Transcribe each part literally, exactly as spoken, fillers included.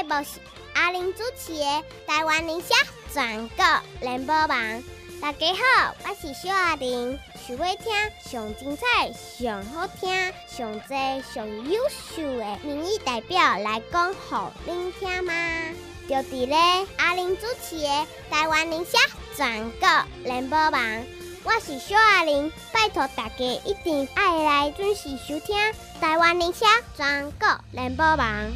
节目是阿玲主持的台湾理社全国联播网。大家好，我是小阿玲。想要听上精彩、上好听、上多、上优秀的民意代表来讲，给您听吗？就伫咧阿玲主持的台湾理社全国联播网。我是小阿玲，拜托大家一定要来准时收听台湾理社全国联播网。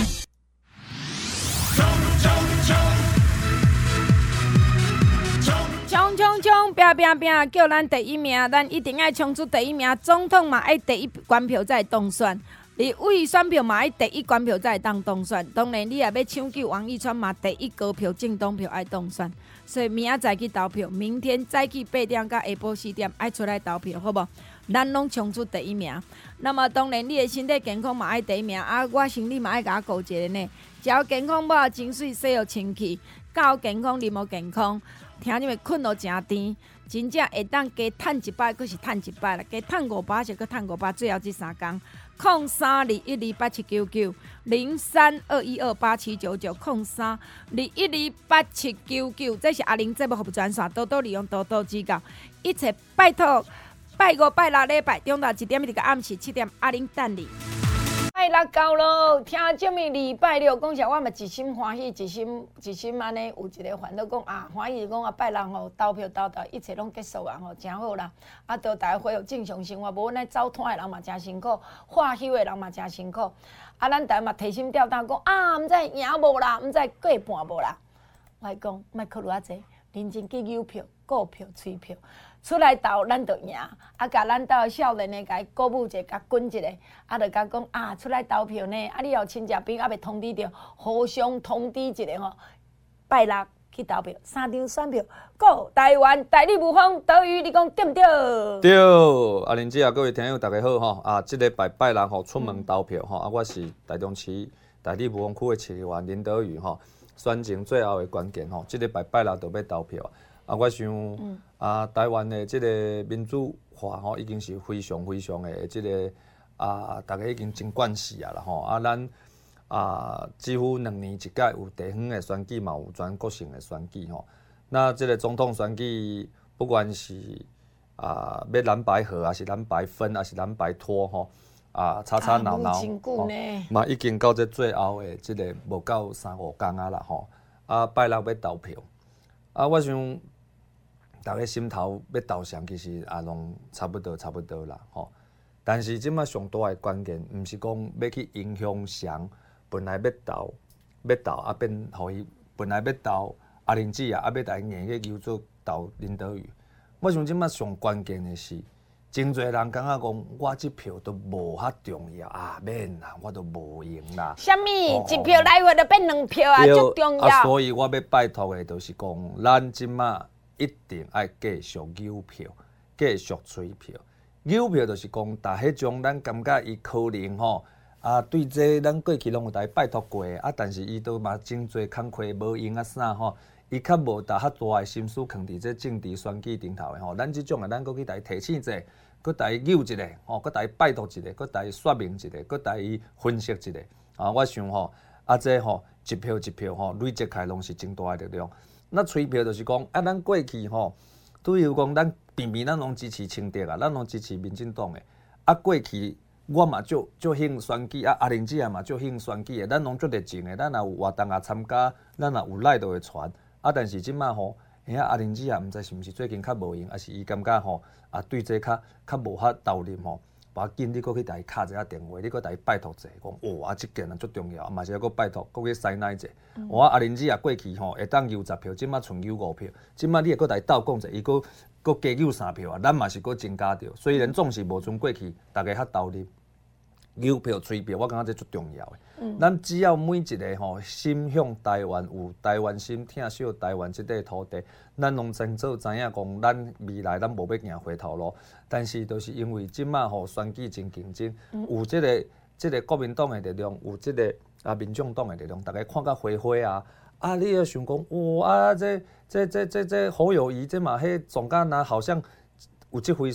冲冲冲，拼拼拼，叫咱第一名，咱一定要冲出第一名。总统嘛，爱第一关票才会当选；立委选票嘛，爱第一关票才会当当选。当然，你也要抢救王一川嘛，第一高票政党票爱当选。所以明仔载去投票，明天早起八点到下晡四点爱出来投票，好无？咱拢冲出第一名。那么当然，你的身体健康嘛爱第一名，啊，我身体嘛爱甲我顾一下呢。只要健康无情绪洗互清气，够健康啉无健康。听你们困到真甜，真正会当加趁一摆，佫是趁一摆啦，加趁五百是佫趁五百，最后这三天，空三二一二八七九九零三二一二八七九九空三二一二八七九九，这是阿玲节目服务专线，多多利用，多多指教，一切拜托，拜五拜六礼拜中昼一點一直到暗時七點，阿玲等你。拜六到咯，听这么礼拜六讲啥，我嘛一心欢喜，一心一心安尼有一个烦恼讲啊，欢喜讲啊拜六吼投票投到一切拢结束啊吼，真好啦！啊，祝大家恢复正常生活，无咱走摊的人嘛真辛苦，化休的人嘛真辛苦。啊，咱大家嘛提心吊胆讲啊，毋知赢无啦，毋知过半无啦。我来讲，莫考虑啊济，认真去邮票、股票、吹票。出来投，咱就赢。啊，甲咱兜少年的，甲伊鼓舞一下，甲滚一下，啊，就甲讲啊，出来投票呢。啊，你有亲戚朋友还袂通知着，互相通知一下吼。拜六去投票，三张选票，go 台湾大力无风，德语你讲对毋对？ 对，阿玲姐啊，各位听友大家好吼。啊，即个拜拜六吼出门投票吼。啊，我是台中市大力无风区的市议员林德宇吼。选情最后的关键吼，即个拜拜六就要投票。啊，我想、嗯、啊，台湾的即个民主化吼，已经是非常非常的即、这个啊，大家已经真惯势啊啦吼。啊，咱啊几乎两年一届有地方的选举嘛，有全国性的选举吼。那即个总统选举，不管是啊要蓝白合，还是蓝白分，还是蓝白拖吼，啊吵吵闹闹，嘛、哦、已经到这最后的即个无够三五天啊啦吼。啊，拜六要投票，啊，我想。大家心头要投谁，其实也拢差不多差不多啦吼。但是即摆上大的关键，毋是讲要去影响谁，本来要投要投啊变，互伊本来要投阿玲姐啊，啊要来硬去求做投林德宇。我想即摆上关键的是，真侪人感觉讲，我即票都无遐重要啊，免啦，我都无用啦。 啥物？一票来回就变两票啊，足重要。 啊，所以我要拜托的，就是讲，咱即摆。一定要继续邮票，继续催票。邮票就是讲，大家将咱感觉伊可能吼啊，对这咱过去拢有来拜托过啊，但是伊都嘛真侪工课无用啊啥吼，伊较无大较大的心思放伫这政治选举顶头的吼。咱即种啊，咱搁去来提醒者，搁来邮一个吼，搁来拜托一个，搁来说明一个，搁来分析一个啊。我想吼啊，这吼一票一票吼累积起来拢是真大的力量。那催票就是讲，啊，咱过去吼，拄有讲，咱偏偏咱拢支持清德啊，咱拢支持民进党的。啊，过去我嘛就就兴选举，啊，阿玲姐嘛就兴选举的，咱拢足热情的，咱也有活动也参加，咱也有来都会传。啊，但是即摆吼，遐阿玲姐啊，毋知是毋是最近较无闲，还是伊感觉吼，啊，对这较较无遐投入吼。无要紧，你搁去甲伊敲一下电话，你搁甲伊拜托者，讲哦啊，即件啊足重要，嘛是要搁拜托，搁去塞奶者。嗯、我阿玲姐啊，过去吼会当邮十票，即摆剩邮五票，即摆你会搁来斗讲者，伊搁搁加邮三票啊，咱嘛是搁增加着。虽然总是无像过去大家较投入，邮票、催票，我感觉这足重要的。嗯、咱只要每一个吼心向台湾，有台湾心，疼惜台湾即块土地，咱拢清楚知影讲，咱未来咱无要行回头路。但是，就是因为即摆吼选举真竞争，嗯、有即、这个即、这个国民党的力量，有即、这个啊民众党的力量，大家看甲花花啊，啊，你要想讲，哇啊，这这这这这侯友谊这嘛，迄总干呐，好像有即回事。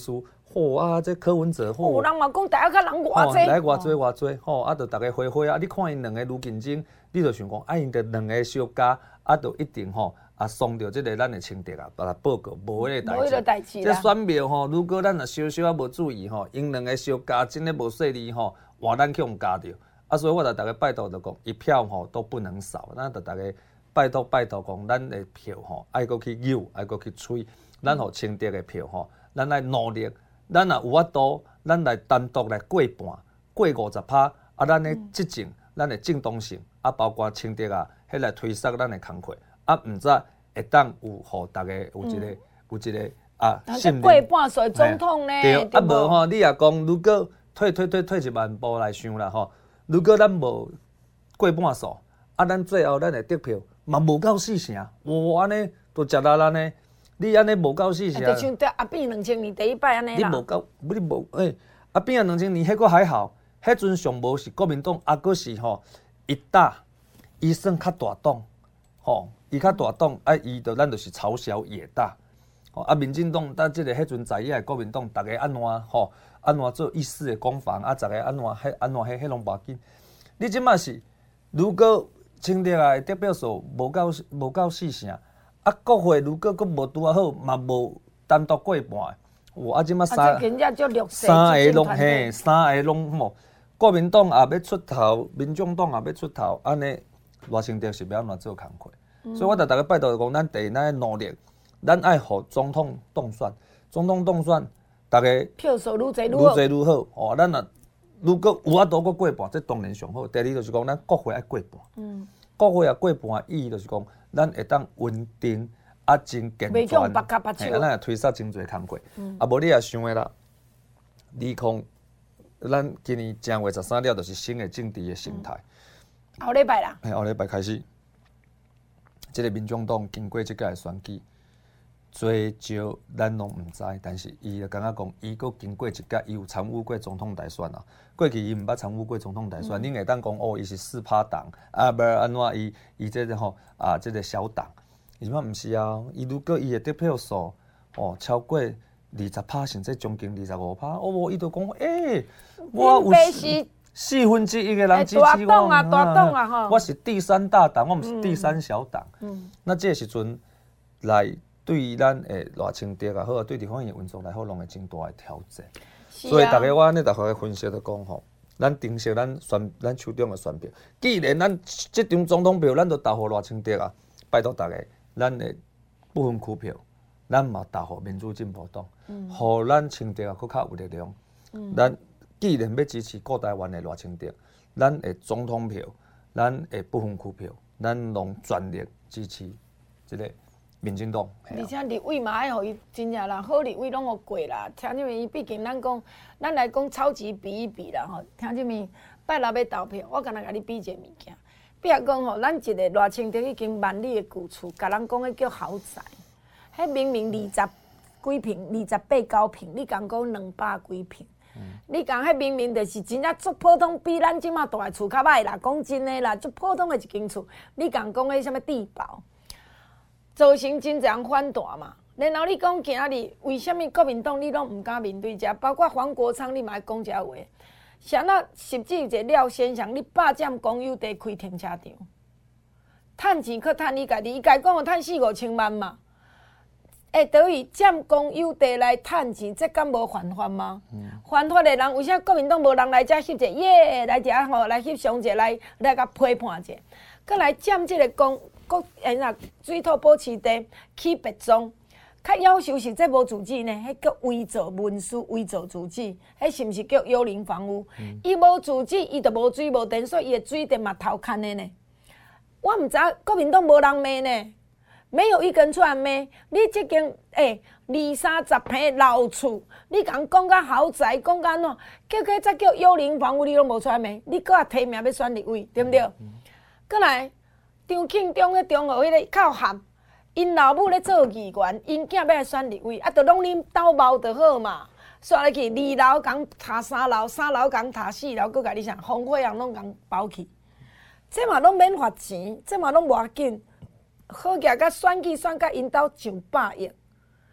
吼啊，这柯文哲吼， 有人嘛讲大家较人偌济， 来偌济偌济，吼啊，着大家花花啊！你看因两个愈竞争，你着想讲，啊，因着两个相加，啊，着一定吼啊，伤着即个咱的清德啊，把它报告无迄个代志。这选票吼，如果咱若稍稍啊无注意吼，因两个相加，真诶无势力吼，换咱去互加着。啊，所以我着大家拜托着讲，一票吼都不能少，咱着大家拜托拜托讲，咱的票吼爱搁去有，爱搁去催，咱互清德的票吼，咱来努力。咱若有法度，咱来单独来过半，过五十趴，啊，咱的执政，咱的正当性，啊，包括清德啊，迄来推塞咱的工课，啊，毋知会当有互大家有一个、嗯、有一个啊信任。 过半岁总统呢？ 对，啊无吼，你也讲，如果退退退退一万步来想啦吼，如果咱无过半数，啊，咱最后咱的得票嘛无够四成，哇，安尼都食力咱呢。你安尼无够四成， 就像在阿扁两千年第一摆安尼啦。 你无够，你无诶，阿扁啊两千年迄个还好，迄阵上无是国民党，啊个是吼一大，伊算较大党，吼，伊较大党，啊伊就咱就是朝小野大，吼啊民进党，但即个迄阵在野国民党，逐个安怎吼，安怎做意思的攻防，啊逐个安怎迄安怎迄迄拢无要紧。你即马是如果清德啊得票数无够无够四成。啊，国会如果阁无拄啊好，嘛无单独过半，哇！啊，即马三三个拢嘿，三个拢吼，国民党也要出头，民众党也要出头，安尼赖清德是要安怎做工课？嗯、所以我着大家拜托讲，咱第一咱努力，咱爱互总统当选，总统当选，大家票数愈侪愈好， 愈侪愈好。哦，咱若如果有法度阁过半，这当然上好。第二就是讲，咱国会爱过半，嗯、国会也过半，意义就是讲。咱会当稳定啊，真健全，嘿，咱也推塞真侪工课。嗯、啊，无你也想诶啦，二空，咱今年正月十三了，就是新的政治的形态。 嗯、后礼拜啦， 嘿，后礼拜开始，即、这个民众党经过即届选举，多少咱拢毋知，但是伊就感觉讲，伊佫经过一届，伊有参与过总统大选啊。过去伊毋捌参与过总统大选，恁、嗯、会当讲哦，伊是四趴党啊，无安怎伊伊这个吼啊，这个小党，伊嘛毋是啊。伊如果伊的得票数哦超过二十趴，甚至将近二十五趴，哦，伊就讲诶、欸，我有四四分之一个人支持我，大党啊，大党啊，吼， 我是第三大党，我毋是第三小党。嗯，嗯那这个时阵来对咱诶赖清德也好，对地方的运作来好，拢会真大的挑战。所以大家我安尼大家分析就讲吼，咱珍惜咱选咱手中的选票。既然咱即张总统票咱都投互赖清德啊，拜托大家，咱的部分区票，咱嘛投互民主进步党，互、嗯、咱清德啊佫较有力量。嗯、咱既然要支持顾台湾的赖清德，咱的总统票，咱的部分区票，咱拢全力支持即个。民进党， 而且立委嘛爱互伊真正啦，好立委拢互过啦。听什么？伊毕竟咱讲，咱来讲超级比一比啦吼。听什么？拜六要投票，我敢若甲你比一个物件。比如讲吼，咱一个赖清德已经万里的旧厝，甲人讲迄叫豪宅，迄明明二十几平、二十八九平，你讲讲两百几平，嗯、你讲迄明明就是真正足普通，比咱即马大个厝较歹啦。讲真诶啦，足普通的一间厝，你讲讲迄什么地堡？造成真侪人反弹嘛，然后你讲今日为什么国民党你拢毋敢面对遮？包括黄国昌，你嘛爱讲遮话。像那甚至有一个廖先生，你霸占公有地开停车场，趁钱去趁你家己，伊家讲有趁四五千万嘛，会得以占公有地来趁钱，这敢无犯法吗？嗯、犯法的人为啥国民党无人来遮翕者？耶，来遮吼来翕相者，来来甲批判者，佮来占即个公。国诶那水土保持地起别庄，较夭寿是这无自治呢？迄叫伪造文书、伪造自治，迄是毋是叫幽灵房屋？伊无、嗯、自治，伊就无水无电，所以伊的水电嘛偷牵的呢。我毋知国民党无人骂呢，没有一个人出来骂。你即间诶二三十平老厝，你共讲甲豪宅，讲甲安怎？叫佢则叫幽灵房屋，你拢无出来骂。你搁也提名要选立委，对不对？过、嗯、来。张庆忠迄中和迄个靠合，因老母咧做议员，因囝要来选立委，啊，着拢恁斗谋就好嘛。煞来去二楼共塔三楼，三楼共塔四楼，佮甲你啥烽火人拢共包去。这嘛拢免罚钱，这嘛拢无要紧。好价甲选举选甲因兜上百亿，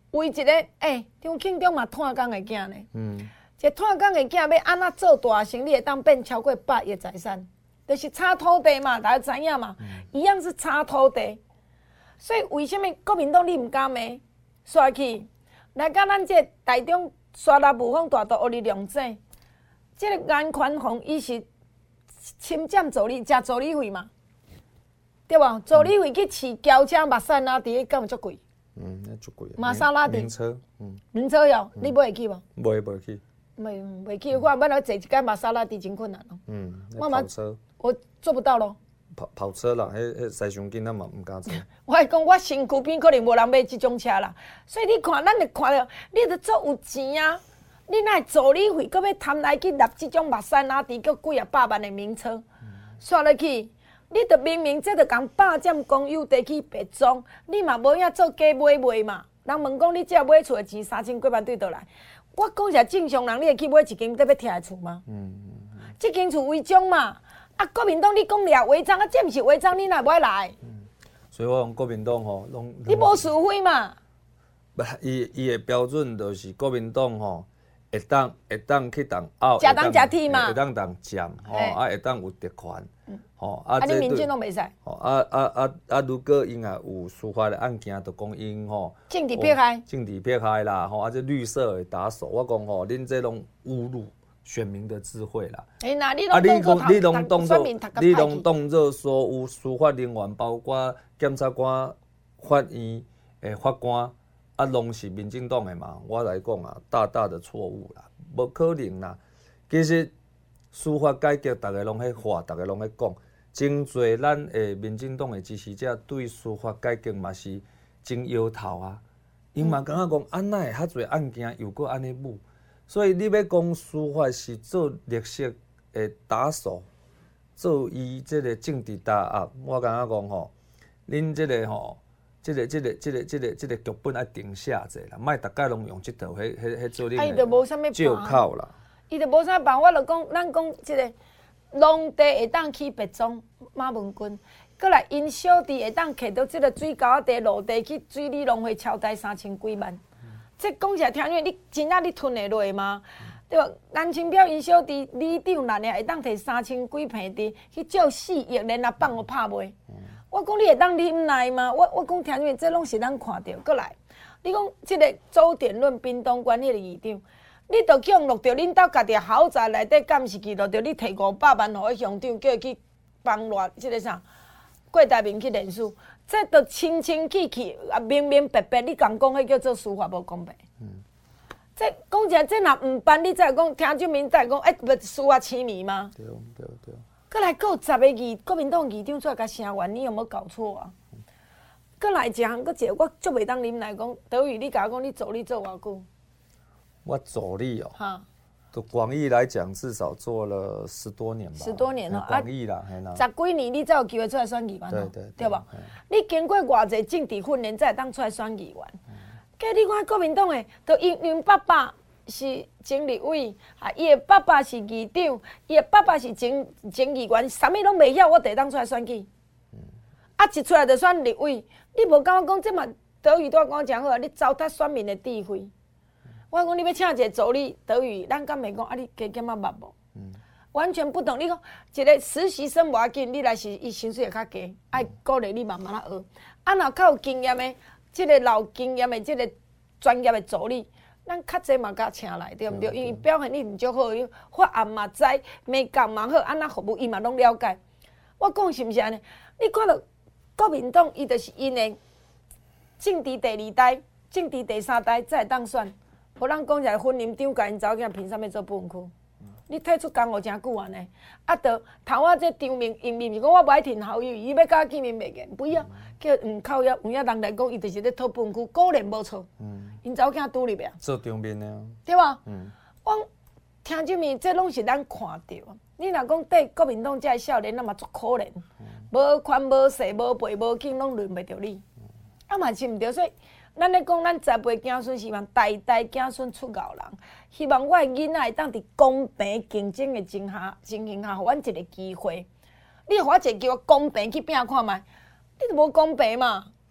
为一个诶，张庆忠嘛炭工的囝呢。 嗯， 一个炭工的囝要安怎做大成，你会当变超过百亿财产，就是差土地嘛，大家知影嘛，一样是差土地。所以为什么国民党你毋敢骂？刷去来甲咱这台中沙拉无风大道学力量井，这个严宽宏伊是侵占助理加助理费嘛，对无？助理费去饲轿车、马莎拉蒂，敢有足贵？ 嗯，那足贵。 玛莎拉蒂名车，嗯， 名车哟，你买会起无？ 买买去。 买买去，我要来坐一间玛莎拉蒂真困难咯。 嗯， 我跑车， 我做不到咯。 跑跑车啦，迄迄驶上紧，咱嘛毋敢做。 我是讲，我身躯边可能无人买即种车啦，所以你看，咱就看到，你著做有钱啊！你哪会助理费，搁要贪来去纳即种玛莎拉蒂，搁几啊百万的名车，刷落去，你著明明这著共霸占公有地去白装，你嘛无影做假买卖嘛？人问讲，你只买厝的钱三千几万对倒来？我讲是正常人，你会去买一间得要拆的厝吗？嗯嗯，即间厝违章嘛？啊，国民党你讲了违章，啊，这毋是违章，你哪会来？ 嗯，所以我讲国民党吼，拢你无受贿嘛？ 不，伊伊的标准就是国民党吼，会当会当去当拗， 食当食铁嘛， 会当当占吼，啊会当有特权，吼啊，你民进党袂使。 吼啊啊啊啊！如果因也有司法的案件，就讲因吼政治迫害， 政治迫害啦，吼啊这绿色的打手，我讲吼，恁这拢侮辱选民的智慧啦！ 哎那你啊，你讲你拢当做你拢当做所有司法人员，包括检察官、法院诶法官，啊，拢是民进党的嘛？我来讲啊，大大的错误啦，无可能啦。其实司法改革，大家拢喺话，大家拢喺讲，真侪咱诶民进党的支持者对司法改革嘛是真摇头啊。因嘛感觉讲，安那会遐侪案件又搁安尼舞？所以你要讲司法是做绿色的打手，做伊即个政治打压，我感觉讲吼，恁即个吼，即个即个即个即个即个剧本爱定下者啦，莫逐家拢用即套迄迄迄做恁的借口啦。 伊就无啥办，我就讲，咱讲即个农地会当起白种马文君，过来因小弟会当摕到即个水沟地陆地去水利农会超贷三千几万。这讲起来听远，你真正你吞会落吗？对吧？蓝青标因小弟里长难个会当摕三千几平地去借四亿，连啊放互拍卖。我讲你会当忍耐吗？我我讲听远，这拢是咱看到。过来，你讲即个周点论滨东关迄个议长，你著去用录着恁兜家己豪宅内底监视器，录着你摕五百万互迄乡长，叫伊去帮偌即个啥郭台铭去联署。这都清清气气，啊明明白白，你讲讲迄叫做司法无公平。嗯，这讲起来，这若毋办，你再讲听证明再讲，哎，不司法痴迷吗？ 对对对。 过来，搁有十个议国民党议长出来甲声援，你有无搞错啊？过来一项，搁一个，我足袂当啉来讲，德宇，你甲我讲，你助理做偌久？ 我助理哦。 哈。 就广义来讲，至少做了十多年吧。 十多年了， 广义啦，嘿啦。 十几年你才有机会出来选议员对对对吧？你经过偌济政治训练，才会当出来选议员。计你看国民党诶，都因因爸爸是前立委，啊，伊诶爸爸是议长，伊诶爸爸是前前议员，啥物拢袂晓，我得当出来选举。啊，一出来就选立委，你无感觉讲这嘛德语都讲讲好啊？你糟蹋选民诶智慧。我讲你要请一个助理德语，咱敢袂讲啊？你加减啊捌无？嗯，完全不懂。你讲一个实习生无要紧，你来是伊薪水会较低，爱鼓励你慢慢啊学。啊，若较有经验的，即、這个老经验的，即、這个专业的助理，咱较济嘛甲请来，对毋对？因为表现力毋足好，法案嘛知，美感嘛好，安那服务伊嘛拢了解。我讲是毋是安尼？你看到国民党，伊就是因的政治第二代、政治第三代才会当选。无咱讲一个婚姻长，甲因查某囝凭啥物做不分区？嗯、你退出工务真久安尼，啊，着头仔这张明，因毋是讲我无爱听好友，伊要甲我见面袂见，不要叫毋靠遐，有影人来讲，伊就是咧讨不分区，果然无错。嗯，因查某囝拄入呀。 做张面呢？ 对吧？嗯，我听证明，这拢是咱看到。你若讲对国民党这少年，那嘛足可怜，无、嗯、权无势无辈无景，拢轮袂着你。啊嘛是毋对，所以。咱咧讲，咱十辈子孙希望代代子孙出牛人，希望我的囡仔会当伫公平竞争的情下情形下，互阮一个机会。你互我一个机会公平去拼看觅，你都无公平嘛？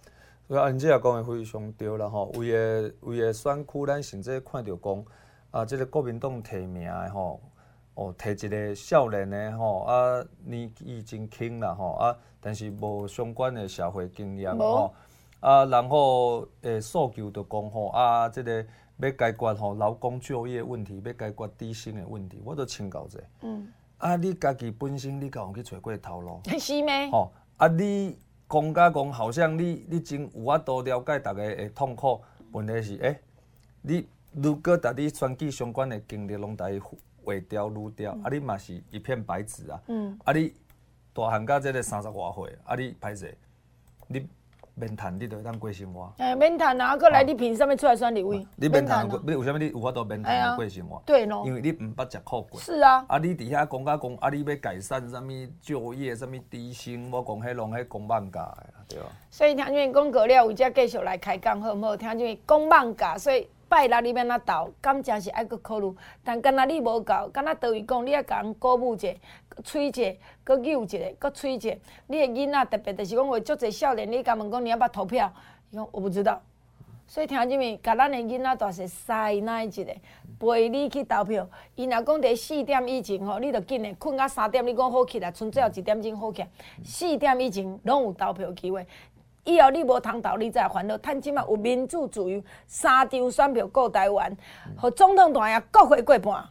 所以啊，你这也讲的非常对啦吼。为个为个选区，咱甚至看到讲啊，这个国民党提名的吼，哦，提一个少年的吼，啊，年纪真轻啦吼，啊，但是无相关的社会经验吼，啊，然后诶，诉求就讲吼，啊，这个要解决吼劳工就业问题，要解决低薪的问题，我都请教者。嗯。啊，你家己本身你敢有去找过头路？ 是咩？ 吼，啊，你。讲甲讲，好像你你真有法度了解大家的痛苦。问题是，诶、欸，你如果甲你选举相关的经历拢甲伊划掉、撸掉，嗯、啊，你嘛是一片白纸啊。嗯。啊，你大汉到这个三十外岁，啊，你歹势，你免谈，你就会当过生活。 哎、欸，免谈啊！过来，你凭什么出来选立委？ 你免谈，你为什么你有法度免谈过生活？ 哎、对咯。 因为你唔捌食苦过。 是啊。 啊，你伫遐讲甲讲，啊，你要改善什么就业、什么低薪，我讲迄拢迄讲妄假的啦，对吧？ 所以听见讲过了，有才继续来开讲好唔好？听见讲妄假，所以拜六你免哪斗，感情是爱搁考虑。但敢若你无够，敢若倒位讲，你爱甲人鼓舞者。催者，搁诱一个，搁催者。你的囡仔特别就是讲，话足侪少年，你甲问讲你要不要投票？伊讲我不知道。所以听入面，甲咱的囡仔大细塞奶一个，陪你去投票。伊若讲伫四点以前吼，你着紧的困到三点，你讲好起来，剩最后一点钟好起来。四点以前拢有投票机会。以后你无通投，你才烦恼。趁即马有民主自由，三张选票顾台湾，互总统大爷国会过半。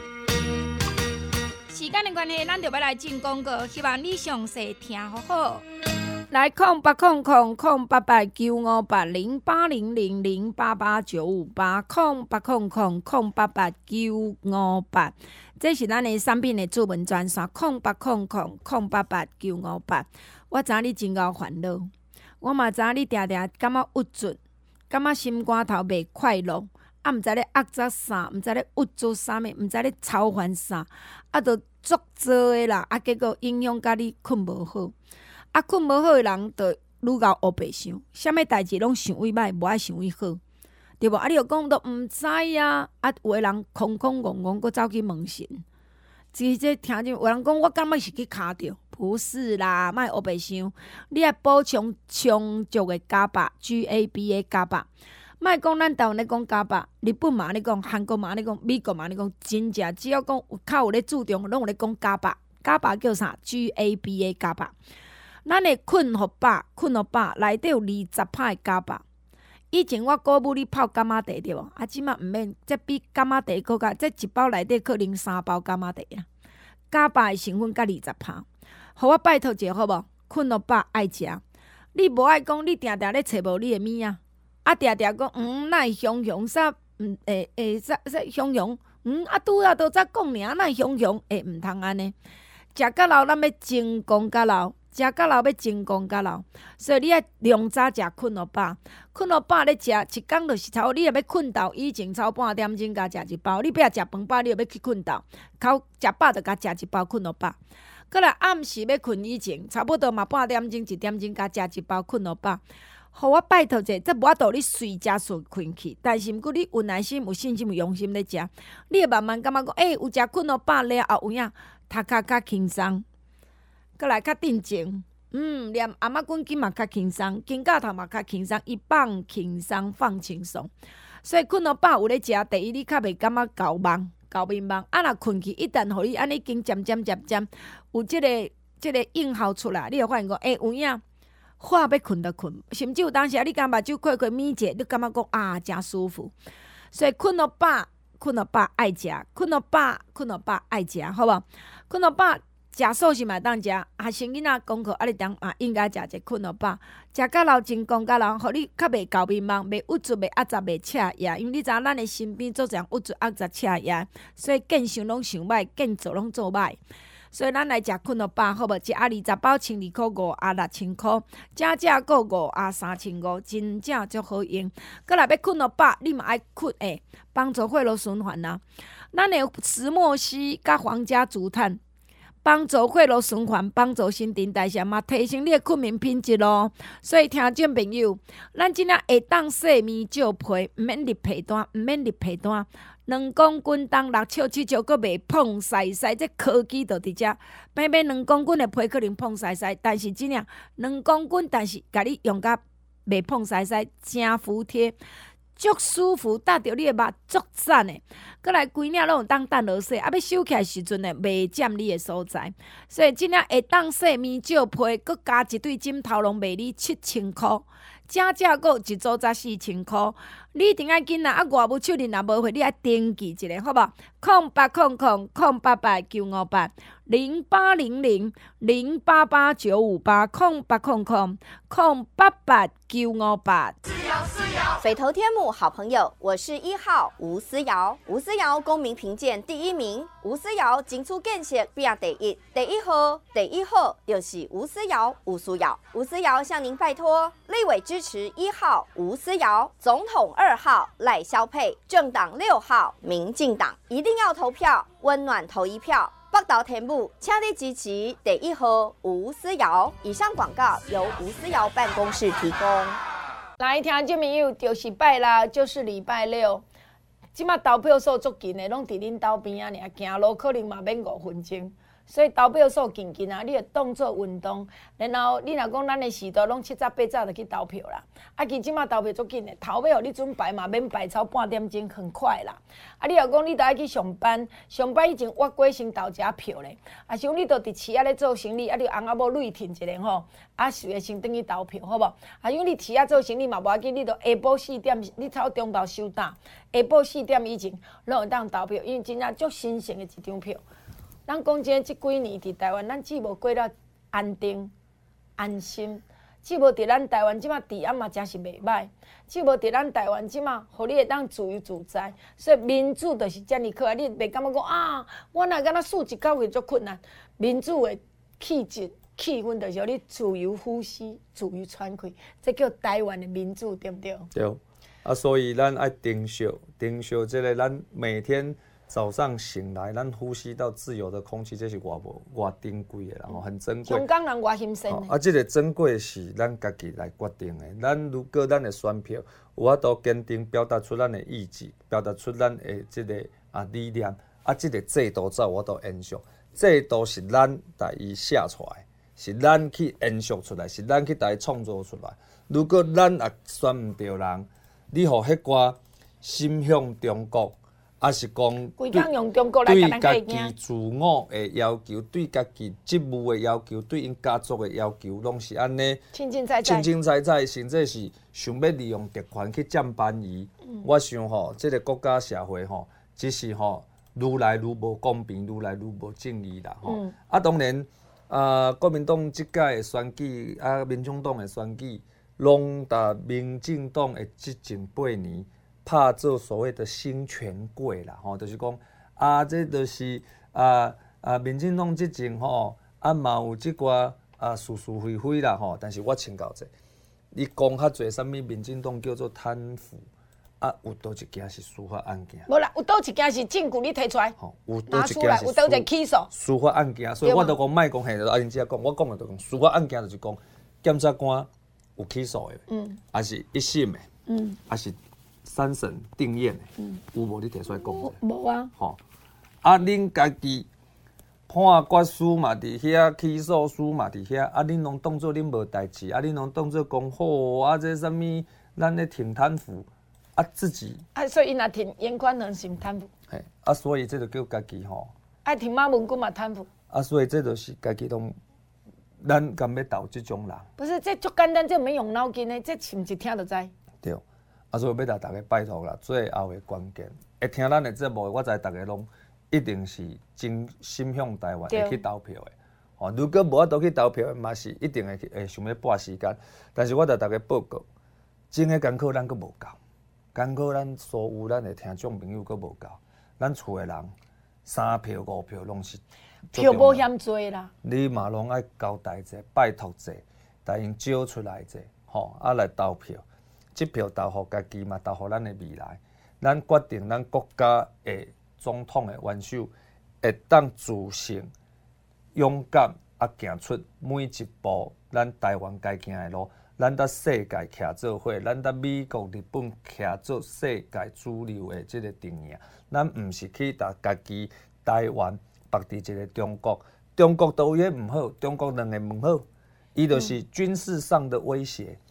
时间的关系，咱就要来进广告，希望你详细听好好。 来，空八空空空八八九五八零八零零零八八九五八，空八空空空八八九五八，这是咱的产品的主文专线，空八空空空八八九五八。我知你真够烦恼，我嘛知你常常感觉郁卒，感觉心肝头袂快乐。啊，毋知咧压榨啥，毋知咧郁卒啥物，毋知咧操烦啥，啊，着足多诶啦，啊，结果影响甲你困无好，啊，困无好诶人，着愈搞黑白想，啥物代志拢想为歹，无爱想为好，对无？啊，你着讲都毋知啊，啊，有诶人空空戆戆，搁走去问神，直接听见有人讲，我感觉是去卡着，不是啦，莫黑白想，你爱补充充足诶伽巴 G A B A 伽巴。莫讲咱台湾咧讲假巴，日本嘛咧讲，韩国嘛咧讲，美国嘛咧讲，真正只要讲有较有咧注重，拢有咧讲假巴。假巴叫啥 ？G A B A 假巴。咱的困福巴，困福巴内底有二十拍的假巴。以前我鼓舞你泡柑仔茶对无？啊，即马毋免，这比柑仔茶搁较，这一包内底可能三包柑仔茶啦。假巴的成分甲二十拍，互我拜托一下好无？困福巴爱食，你无爱讲，你定定咧找无你的物啊？啊，定定讲，嗯，哪会雄雄啥？嗯，诶诶，啥啥雄雄？嗯，啊，拄啊，都则讲尔，哪会雄雄？诶，毋通安尼。食甲老，咱要精工甲老；食甲老要精工甲老。所以你爱量早食困落饱，困落饱咧食一工就是超。你若要困到以前超半点钟甲食一包，你不要食饭饱，你就要去困到。口食饱就甲食一包困落饱。过来暗时要困以前，差不多嘛半点钟、一点钟甲食一包困落饱。互我拜托者，这无法度你随食随困去，但是毋过你有耐心、有信心、有用心咧食，你会慢慢感觉讲，诶、欸，有食困落饱了后有影，头壳较轻松，过来较定静，嗯，连阿嬷滚筋嘛较轻松，肩胛头嘛较轻松，伊放轻松、放轻松，所以困落饱有咧食，第一你较袂感觉搞梦、搞迷茫，啊，若困去，一旦互你安尼经渐渐渐渐有即、这个即、这个应效出来，你会发现讲，诶、欸，有影。话要困就困，甚至有当时啊，你敢目睭开开眯者，你感觉讲啊，真舒服。所以困落饱，困落饱爱食，困落饱，困落饱爱食，好无？困落饱食素食嘛当食，啊，生囡仔功课啊，你当啊应该食一困落饱，食甲老真讲甲老，互你较袂搞迷茫，袂郁卒，袂压杂，袂赤夜。因为你知影咱的身边做常郁卒、压杂、赤夜，所以见想拢想歹，见做拢做歹。所以咱来食困落饱，好无？一盒二十包，千二箍五，盒六千箍，正正够五，盒三千五，真正足好用。过来要困落饱，你嘛爱困诶，帮助血路循环啊。咱的石墨烯甲皇家竹炭，帮助血路循环，帮助新陈代谢嘛，提升你的睡眠品质咯。所以听众朋友，咱真正会当睡眠照被，毋免入被单，毋免入被单。两公斤当六尺七尺，阁袂碰晒晒，这科技就伫遮。平平两公斤的皮可能碰晒晒，但是真正两公斤，但是甲你用甲袂碰腮腮，真服帖。足舒服，搭着你的肉足赞的，搁来规领拢有当等落洗，啊要收起来时阵呢，袂占你的所在。所以即领会当洗面罩被，搁加一对枕头，拢卖你七千箍。正正个一组才四千箍，你一定爱紧啦！啊，外务手里若无货，你爱登记一下，好无？空八空空空八八九五八零八零零零八八九五八空八空空空八八九五八。 北投天母好朋友，我是一号吴思瑶。吴思瑶公民评鉴第一名，吴思瑶金出见血拼第一，第一号，第一号就是吴思瑶，吴思瑶，吴思瑶向您拜托，立委支持一号吴思瑶，总统二号赖萧配，政党六号民进党，一定要投票，温暖投一票。北投天母，请你支持第一号吴思瑶。以上广告由吴思瑶办公室提供。 来听这朋友，就是拜六，就是礼拜六。即马投票所足近的，拢伫恁兜边仔尔，行路可能嘛免五分钟。所以投票所近近啊，你着当做运动，然后你若讲咱的时代拢七早八早就去投票啦。啊，其即马投票足紧的，头尾互你准排嘛，免排超半点钟，很快啦。啊，你若讲你着爱去上班，上班以前约过先投一下票咧。啊，像你着伫市仔咧做生意，啊，你翁仔某累停一下吼，啊，是会先转去投票，好无？啊，因为你市仔做生意嘛无要紧，你着下晡四点，你超中昼收单，下晡四点以前拢会当投票，因为真正足新鲜的一张票。咱讲真，即几年伫台湾，咱只无过了安定、安心，只无伫咱台湾即马治安嘛真是袂歹，只无伫咱台湾即马，互你会当自由自在。所以民主就是遮尔可爱，你袂感觉讲啊，我若敢若数一九月足困难。民主的气质、气氛就是互你自由呼吸、自由喘气，这叫台湾的民主，对不对？ 对。啊，所以咱爱珍惜、珍惜这个咱每天。早上醒来，咱呼吸到自由的空气，这是偌无偌珍贵的啦，吼，很珍贵。 香港人偌欣赏的。 啊，这个珍贵是咱家己来决定的。咱如果咱的选票有法度坚定表达出咱的意志，表达出咱的这个啊理念，啊，这个制度才有法度延续。制度是咱家己写出来，是咱去延续出来，是咱去家己创造出来。如果咱也选唔到人，你互迄寡心向中国。啊，是讲对家己自我的要求，对家己职务的要求，对因家族的要求，拢是安尼。 清清彩彩， 清清彩彩，甚至是想要利用特权去占便宜。嗯、我想吼，这个国家社会吼，只是吼愈来愈无公平，愈来愈无正义啦。吼、嗯，啊，当然，啊，国民党即届的选举，啊，民众党的选举，拢达民进党的执政八年。拍做所谓的新权贵啦，吼，就是讲啊，这就是啊啊，民进党执政吼，啊嘛有即寡啊是是非非啦，吼，但是我请教者，你讲较侪啥物民进党叫做贪腐，啊有倒一件是司法案件？ 无啦，有倒一件是证据你提出来， 吼，有倒一件是有倒一个起诉司法案件，所以我就讲莫讲嘿，阿玲姐讲，我讲的就讲司法案件就是讲检察官有起诉的，嗯，还是一审的，嗯，还是。三审定验的，嗯、有无你提出来讲者？ 无啊。 吼，啊，恁家己判决书嘛伫遐，起诉书嘛伫遐，啊，恁拢当做恁无代志，啊，恁拢当做讲好，啊，这啥物，咱咧挺贪腐，啊，自己。啊， 所以因若挺严宽能是贪腐。 嘿，啊，所以这就叫家己吼。 爱挺马文君嘛贪腐。 啊，所以这就是家己拢，咱敢要斗这种人。 不是，这足简单，这免用脑筋的，这是毋是听就知？ 对。啊，所以要甲大家拜托啦，最后的关键，会听咱的节目，我知大家拢一定是真心向台湾会去投票的。哦，如果无法度去投票，嘛是一定会会想要拨时间。但是我甲大家报告，真诶艰苦咱佫无够，艰苦咱所有咱的听众朋友佫无够，咱厝诶人三票五票拢是票无嫌多啦。 你嘛拢爱交代者，拜托者，甲因招出来者，吼，啊来投票。这票投互家己嘛，投互咱的未来。咱决定咱国家的总统的元首会当自信、勇敢啊，行出每一步咱台湾该行的路。咱甲世界徛做伙，咱甲美国、日本徛做世界主流的这个阵营。咱毋是去打家己台湾绑伫一个中国。中国都也毋好，中国两个唔好，伊就是军事上的威胁。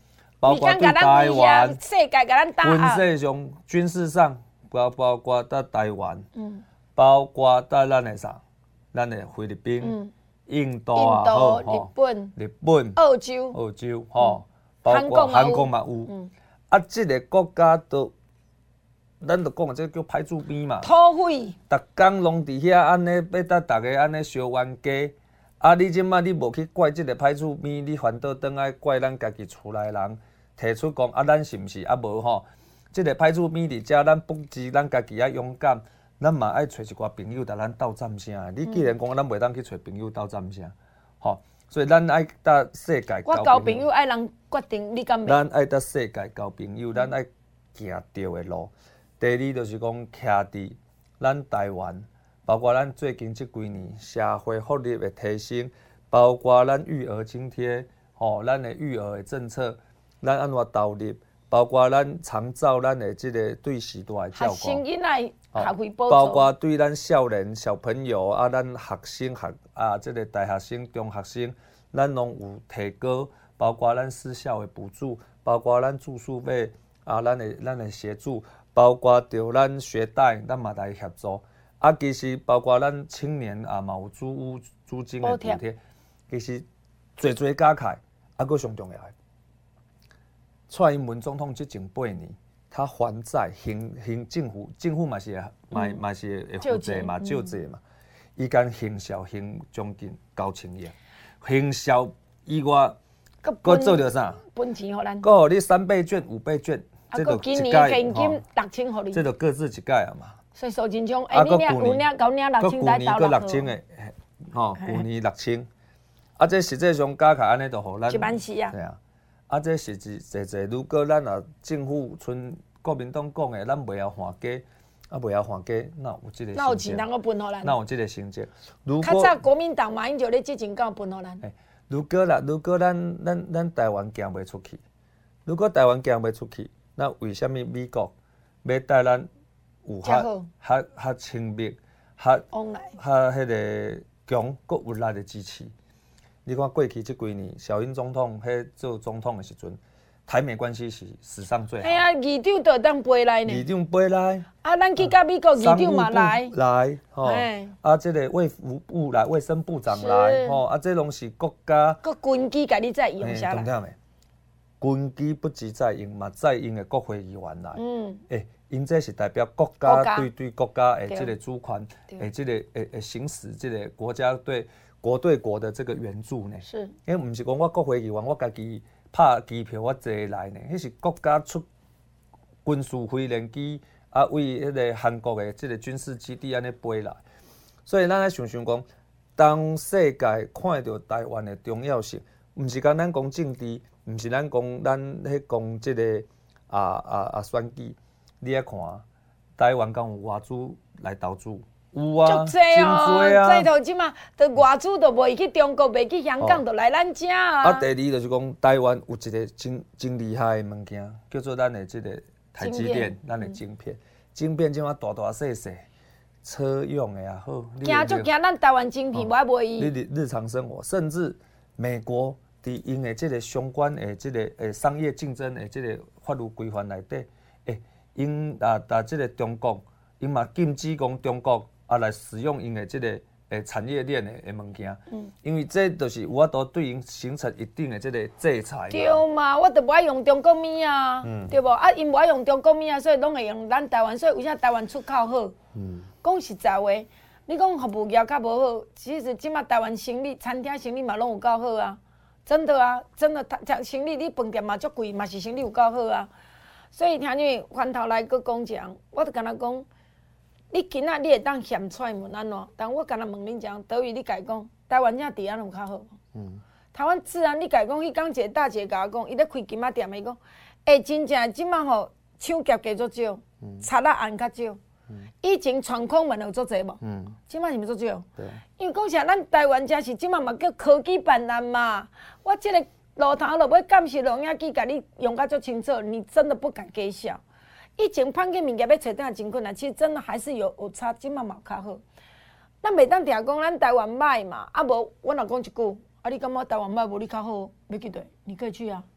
包括对台湾、 世界甲咱打压， 军事上、军事上，包包括在台湾，嗯，包括在咱的啥，咱的菲律宾、嗯、印度啊，好日本、 日本、 澳洲、 澳洲，吼，包括韩国嘛有，嗯，啊，这个国家都。咱就讲这叫歹子边嘛， 土匪， 逐工拢伫遐安尼，要搭大家安尼烧冤家。啊，你即摆你无去怪即个歹子边，你反倒倒来怪咱家己厝内人，提出讲啊，咱是毋是啊无吼？即个歹子边伫遮，咱不止咱家己啊勇敢，咱嘛爱找一寡朋友甲咱斗战声。你既然讲咱袂当去找朋友斗战声，吼，所以咱爱搭世界交朋友。 我交朋友爱人决定，你敢袂？ 咱爱搭世界交朋友，咱爱行对的路。第二就是讲，徛伫咱台湾，包括咱最近这几年社会福利的提升，包括咱育儿津贴，吼、哦，咱的育儿的政策，咱安怎投入，包括咱长照咱的这个对时代的照顾， 学生囡仔学费补助， 包括对咱少年小朋友啊，咱学生学啊，这个大学生、中学生，咱拢有提高，包括咱私校的补助，包括咱住宿费啊，咱的咱的协助。包括着咱学贷，咱嘛来协助。啊，其实包括咱青年啊，嘛有租屋租金的补贴。其实做做加起来，啊，佫上重要的，蔡英文总统之前八年，他还债，还还政府，政府嘛是嘛嘛是会负责嘛，救济嘛。伊敢行销行将近九千亿，行销以外，佫做着啥？ 分钱互咱。 佫互你三倍券、五倍券。 啊，个今年现金六千互你， 这就各自一届啊嘛。 所以苏金昌，哎，你领有领九领六千，来到六千的，吼，去年六千，啊，这实际上加起来安尼就互咱一万四啊。 对啊，啊，这是一坐坐，如果咱啊政府像国民党讲的，咱袂晓还价，啊，袂晓还价，那有这个。 那有钱通个分互咱。 那有这个成绩。 如果较早国民党嘛，因就咧之前讲分互咱。 如果啦，如果咱咱咱台湾行袂出去，如果台湾行袂出去。那为什么美国要带咱有较较较亲密、较较迄个强、搁有力的支持？你看过去这几年，小英总统迄做总统的时阵，台美关系是史上最好。 哎呀，议长都当飞来呢。 议长飞来。 啊，咱去甲美国议长嘛来。 来，吼。啊，这个卫福部来，卫生部长来，吼。啊，这拢是国家。 搁军机甲你再用下来。 军机不止在用，嘛在用的国会议员来。嗯，诶，因这是代表国家对对国家的这个主权，诶，这个诶诶行使这个国家对国对国的这个援助呢。 是， 因为唔是讲我国会议员我家己拍机票我坐来呢，迄是国家出军事飞联机啊，为迄个韩国的这个军事基地安尼飞来，所以咱来想想讲，当世界看到台湾的重要性，唔是讲咱讲政治。毋是咱讲，咱迄讲即个啊啊啊选举，你爱看台湾敢有外资来投资？有啊， 真多啊！这头即马，都外资都袂去中国，袂去香港，都来咱遮啊。 啊，第二就是讲，台湾有一个真真厉害的物件，叫做咱的即个台积电，咱的晶片，晶片即马大大细细，车用的也好。 惊就惊咱台湾晶片无爱卖伊。 你日日常生活，甚至美国。伫因的即个相关的即个诶商业竞争的即个法律规范内底，诶，因啊啊即个中国，因嘛禁止讲中国啊来使用因的即个诶产业链的诶物件，嗯，因为这就是有法度对因形成一定的即个制裁。 对嘛，我都无爱用中国物啊，嗯、对无？啊，因无爱用中国物啊，所以拢会用咱台湾，所以为啥台湾出口好？嗯，讲实在话，你讲服务业较无好，其实即马台湾生意、餐厅生意嘛拢有够好啊。真的啊，真的，他生理你饭店嘛足贵，嘛是生理有够好啊。所以听你翻头来搁讲讲，我就敢若讲，你今仔你会当嫌出门安怎？但我敢若问恁讲，倒位你家讲，台湾正治安有较好？嗯。台湾治安你家讲，迄讲一个大姐甲我讲，伊咧开金仔店，伊讲，哎，真正即马吼抢劫加足少，贼仔案较少。以前闯空门有足济无？嗯，即摆是毋足少。对。因为讲啥，咱台湾遮是即摆嘛叫科技泛滥嘛。我即个路头落要监视录影机，甲你用甲足清楚，你真的不敢假笑。以前判个物件要找等真困难，其实真的还是有有差，即摆嘛较好。咱袂当定讲咱台湾歹嘛，啊无我若讲一句，啊你感觉台湾歹无你较好？要去对，你可以去啊。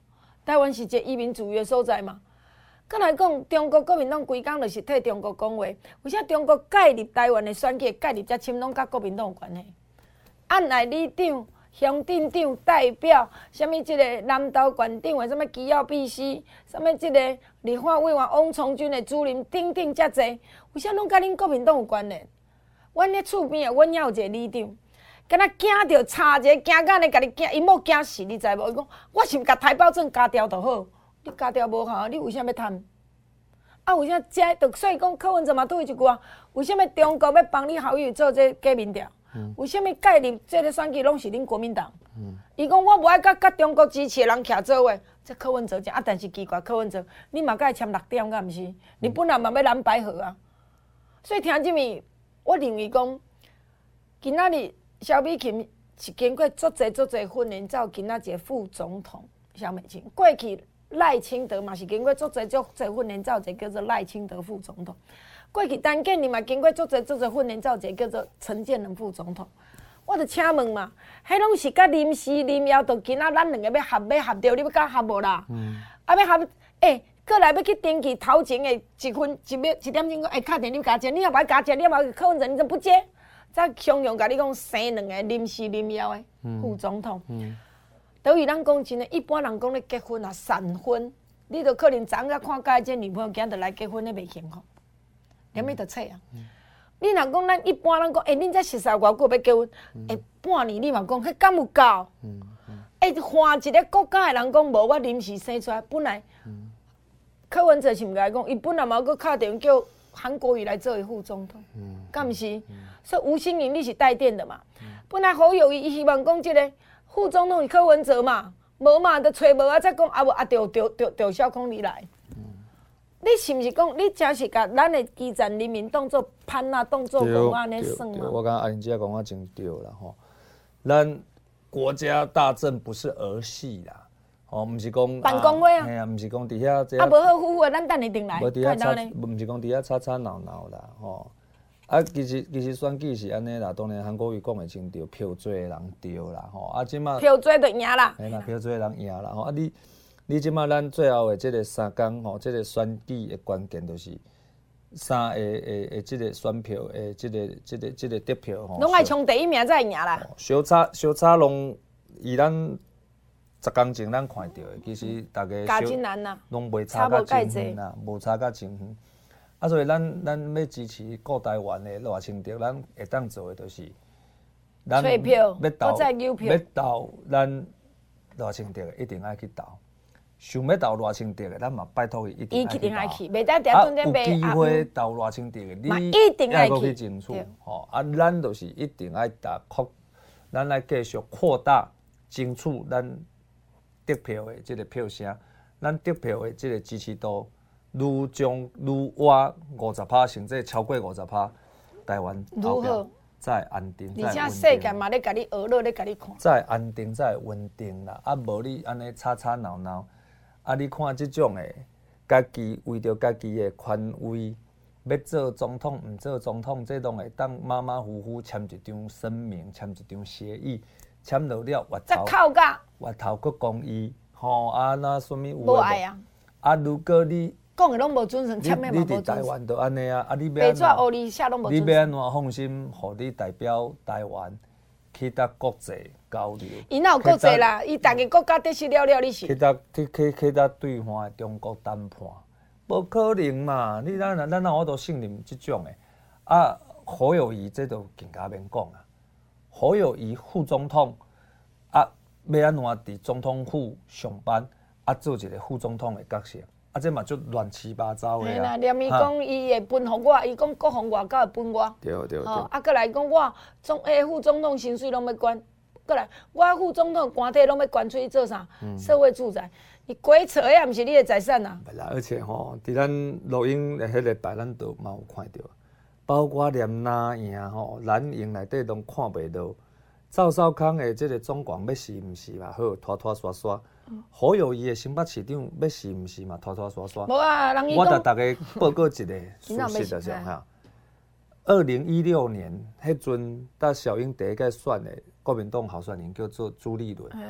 台湾是一个移民主义的所在嘛。再来讲，中国国民党规工就是替中国讲话，为啥中国介入台湾的选举介入遮深，拢甲国民党有关系？按来里长、乡镇长代表，什么即个南投县长的什么基耀必须，什么即个立法委员汪从军的主任，等等遮济，为啥拢甲恁国民党有关联？阮咧厝边啊，阮也有一个里长，敢若惊着查一个，惊到咧，甲你惊，伊某惊死，你知无？伊讲，我是毋甲台胞证加掉就好。你加掉无效，你为啥要贪？啊，为啥遮？就所以讲，柯文哲嘛对一句话，为什么中国要帮你好友做这假民调？嗯、为什么介入这个选举拢是恁国民党？伊讲、嗯、我无爱甲甲中国支持的人徛做伙，这柯文哲讲啊，但是奇怪，柯文哲你嘛该签六点，敢毋是？你本来嘛要蓝白合啊，所以听这面，我认为讲，今仔日萧美琴是经过足侪足侪训练，才有今仔一个副总统萧美琴。过去赖清德嘛是经过足侪足侪训练，才有一个叫做赖清德副总统。过去陈建仁嘛经过足侪足侪训练，才有一个叫做陈建仁副总统。我就请问嘛，迄拢是甲临时临要，到今仔咱两个要合要合着，你要甲合无啦？嗯。啊要合，诶、欸，过来要去登记头前的一分一秒一点钟，哎，敲电你加接，你若无加接，你若无柯文哲，你就不接。再相用甲你讲生两个临时临要的副总统。嗯。嗯等于咱讲真诶，一般人讲咧结婚啊，闪婚，你就可能昨昏看介这女朋友，今日来结婚咧，袂幸福，连咪就切啊！嗯、你若讲咱一般人讲，诶、欸，恁才熟识偌久要结婚，诶、嗯欸，半年你嘛讲，迄敢有够？诶、嗯嗯欸，换一个国家诶人讲无，我临时生出来，本来、嗯、柯文哲是毋甲伊讲，伊本来嘛搁敲电话叫韩国瑜来做伊副总统，敢毋是？嗯、所以吴欣盈你是带电的嘛？嗯、本来侯友宜伊希望讲即、这个。副总统是柯文哲嘛，无嘛，就找无啊，再讲啊无啊，着着着着萧孔你来。嗯、你是毋是讲你真是甲咱的基层人民当做潘啊，当做公安尼算嘛？ 我感觉阿玲姐讲啊真对啦吼，咱国家大政不是儿戏啦，哦，毋是讲办公会啊， 嘿啊，毋是讲伫遐这啊，无好夫妇的，咱等下定来。 无伫遐吵，毋是讲伫遐吵吵闹闹啦，吼。啊，其实其实选举是安尼啦，当然韩国瑜讲的真对，票多的人对啦，吼。啊，即马票多就赢啦。 嘿啦，票多的人赢啦，吼。啊，你你即马咱最后的即个三工吼，即个选举的关键就是三个诶诶，即个选票诶，即个即个即个得票吼。 拢爱冲第一名才会赢啦。 小差小差拢以咱十工前咱看到的，其实大家加真难呐， 拢袂差甲真远啦，无差甲真远。啊，所以咱咱要支持顾台湾的赖清德，咱会当做的就是， 咱要票， 要投， 要投咱赖清德一定爱去投。想要投赖清德的，咱嘛拜托伊一定爱去投。 袂当伫蹲咧有机会投赖清德的，你一定爱去争取。吼，啊，咱就是一定爱达扩，咱来继续扩大争取咱得票的即个票声，咱得票的即个支持度。愈将愈活五十趴，甚至超过五十趴，台湾投票再安定， 而且世界嘛咧甲你娱乐，咧甲你看， 再安定再稳定啦。啊，无你安尼吵吵闹闹，啊，你看即种诶，家己为着家己诶权威，要做总统毋做总统，这拢会当马马虎虎签一张声明，签一张协议，签落了越头，越头搁讲伊，吼啊那什么有无爱啊？啊，如果你讲的拢无准绳，签的嘛无准绳。 你伫台湾就安尼啊，啊你要安怎？白纸黑字写拢无准绳。 你要安怎放心，互你代表台湾去达国际交流？ 伊哪有国际啦？伊逐个国家得失了了，你是？ 去达去去去达对方的中国谈判，无可能嘛！你咱咱咱我都信任即种的。啊，侯友宜这都更加免讲啊。侯友宜副总统啊，要安怎伫总统府上班啊，做一个副总统的角色？啊，这嘛就乱七八糟的啊！ 啦，连伊讲伊会分互我，伊讲国防外交会分我。 对对对。 哦，啊，过来讲我总诶副总统薪水拢要管，过来我副总统官邸拢要管出去做啥？嗯、社会住宅，伊鬼扯的也毋是你的财产啊！ 袂啦，而且吼，伫咱录音的迄个摆咱都嘛有看到，包括连蓝营吼，蓝营内底拢看袂到。赵少康的这个总管要是毋是嘛？好拖拖刷刷。侯友宜的新北市长要是毋是嘛？拖拖刷刷。 无啊，人伊我甲大家报告一个事实就是哈，二零一六年迄阵，搭小英第一届选的国民党候选人叫做朱立伦，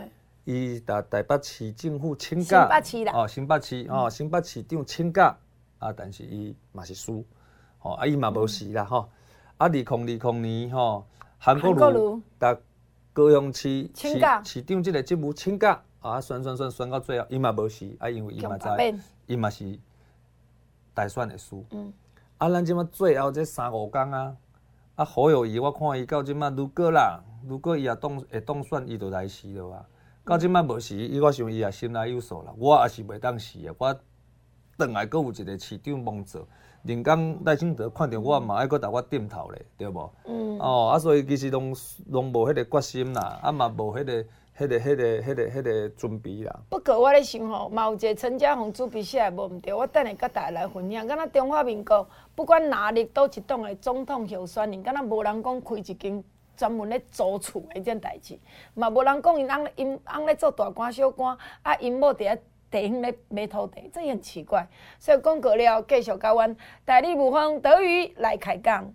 伊达台北市政府请假， 新北市啦， 哦，新北市哦，新北市长请假啊，但是伊嘛是输，吼啊，伊嘛无死啦吼。啊，二零二零年吼，韩国瑜达高雄市市市长即个职务请假啊，选选选选到最后，伊嘛无死啊，因为伊嘛知，伊嘛是大选会输。嗯。啊，咱即马最后这三五天啊，啊，侯友宜我看伊到即马，如果啦，如果伊也当会当选，伊就来死了啊。到即摆无死，伊我想伊也心内有数啦。我也是袂当死啊，我转来阁有一个市长忙做。人讲赖清德看到我嘛，爱阁甲我点头咧，对无？嗯。哦，啊，所以其实拢拢无迄个决心啦，啊嘛无迄个、迄个、迄个、迄个、迄个准备啦。 不过我咧想吼，嘛有一个陈嘉宏主笔写的无毋对，我等下甲大家来分享。敢若中华民国不管哪里倒一党的总统候选人，敢若无人讲开一间专门咧租厝的这代志，嘛无人讲因翁因翁咧做大官小官，啊因某伫咧地方咧买土地，这很奇怪。所以讲过了，继续甲阮代理武方德语来开讲。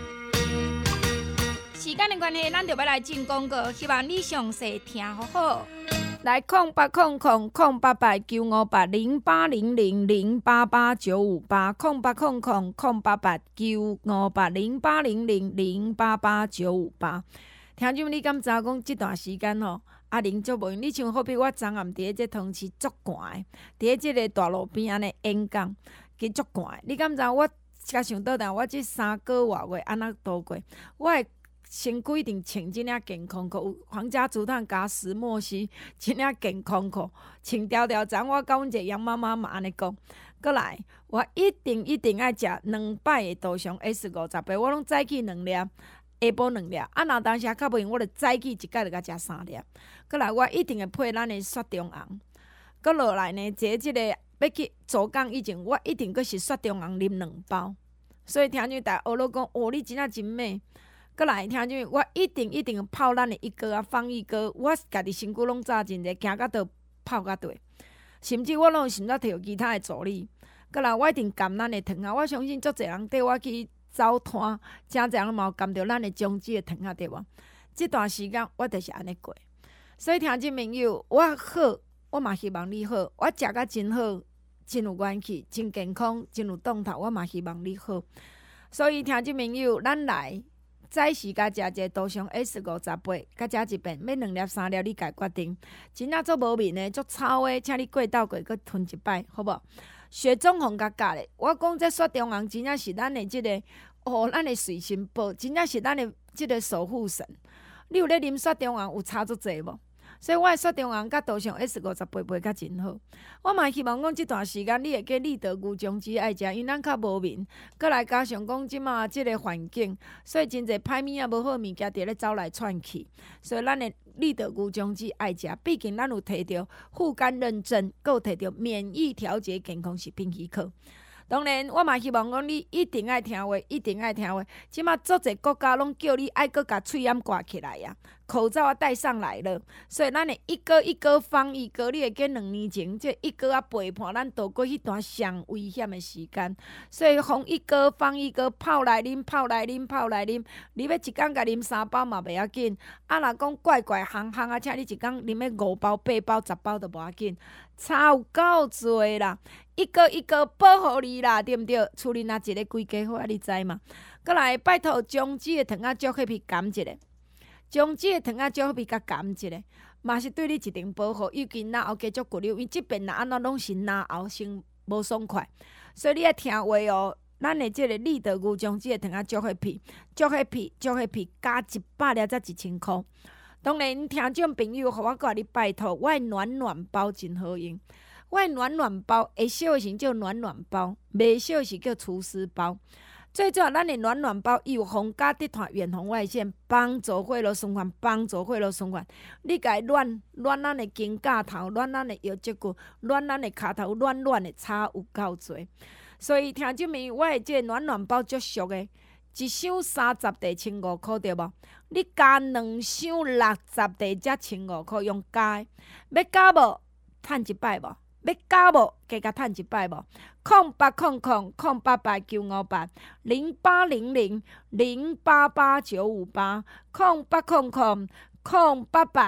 时间的关系，咱就要来进广告，希望你详细听好好。 来空八空空空八八九五八零八零零零八八九五八空八空空空八八九五八零八零零零八八九五八。听众，你敢知影讲这段时间吼，阿玲足无用。你像好比我昨暗伫咧这天气足寒的，伫咧这个大路边安尼演讲，其实足寒的。你敢知影我甲想倒来，我这三个外月安怎度过？我会身躯一定穿真领健康裤，有皇家竹炭加石墨烯真领健康裤，穿条条章。我甲阮一个杨妈妈嘛安尼讲。过来，我一定一定爱食两摆的杜尚 S 五十八，我拢早起两粒，下晡两粒。啊，若当时较袂用，我著早起一摆著甲食三粒。过来，我一定会配咱的雪中红。过落来呢，坐即个要去左港以前，我一定阁是雪中红啉两包。所以听众大学老讲，哦，你真正真美。过来听众，我一定一定泡咱的一哥啊，放一哥，我家己身躯拢早真者，行到倒泡到底。甚至我拢想要摕其他的助理。过来，我一定甘咱的糖啊！我相信足侪人缀我去走摊，真侪人嘛有甘着咱的种子的糖啊，对无？这段时间我就是安尼过。所以听众朋友，我好，我嘛希望你好。我食甲真好，真有元气，真健康，真有动头，我嘛希望你好。所以听众朋友，咱来早时甲食一个杜尚 S 五十八，甲食一遍，要两粒三粒，你家决定。真正足无面的，足臭的，请你过倒过，搁吞一摆，好无？雪中红甲教的，我讲这雪中红真正是咱的即、這个哦，咱的随身宝，真正是咱的即个守护神。你有咧啉雪中红有差足济无？所以我的雪中红甲杜尚 S 五十八卖甲真好。我嘛希望讲即段时间你会记立德牛种子爱食，因为咱较无面，搁来加上讲即马即个环境，所以真侪歹物啊无好物件伫咧走来窜去，所以咱的立德牛种子爱食，毕竟咱有摕到护肝认证，搁有摕到免疫调节健康食品许可。当然，我嘛希望讲你一定爱听话，一定爱听话。即马足侪国家拢叫你爱搁甲喙掩挂起来呀，口罩啊戴上来了。所以咱的一哥一哥防疫哥，你会记两年前这一哥啊陪伴咱度过迄段上危险的时间。所以防一哥防疫哥泡来啉，泡来啉，泡来啉。你要一工甲啉三包嘛袂要紧。啊，若讲怪怪行行啊，请你一工啉个五包、八包、十包都无要紧。差有够多啦！一个一个保护你啦，对毋对？厝里若一个规家伙，你知嘛？过来拜托中子的糖仔少迄片甘一下，中子的糖仔少迄片甲甘一下，嘛是对你一定保护。尤其若后继续骨溜，因为即边若安怎拢是若后先无爽快，所以你爱听话哦。咱的即个立德牛中子的糖仔少迄片，少迄片，少迄片，加一百粒才一千箍。当然，听众朋友，互我甲你拜托，我的暖暖包真好用。我的暖暖包会烧的时叫暖暖包，袂烧的是叫厨师包。最主要，咱的暖暖包有防甲滴团远红外线，帮助血路循环，帮助血路循环。你家暖暖咱的肩胛头，暖咱的腰脊骨，暖咱的骹头，暖暖的差有够多。所以听众朋友，我的这个暖暖包足俗的。一箱三十袋千五箍对无？你加两箱六十袋才千五箍，用加的。要加无？趁一摆无？要加无？加甲趁一摆无？空八空空空八八九五八零八零零零八八九五八空八空空空八八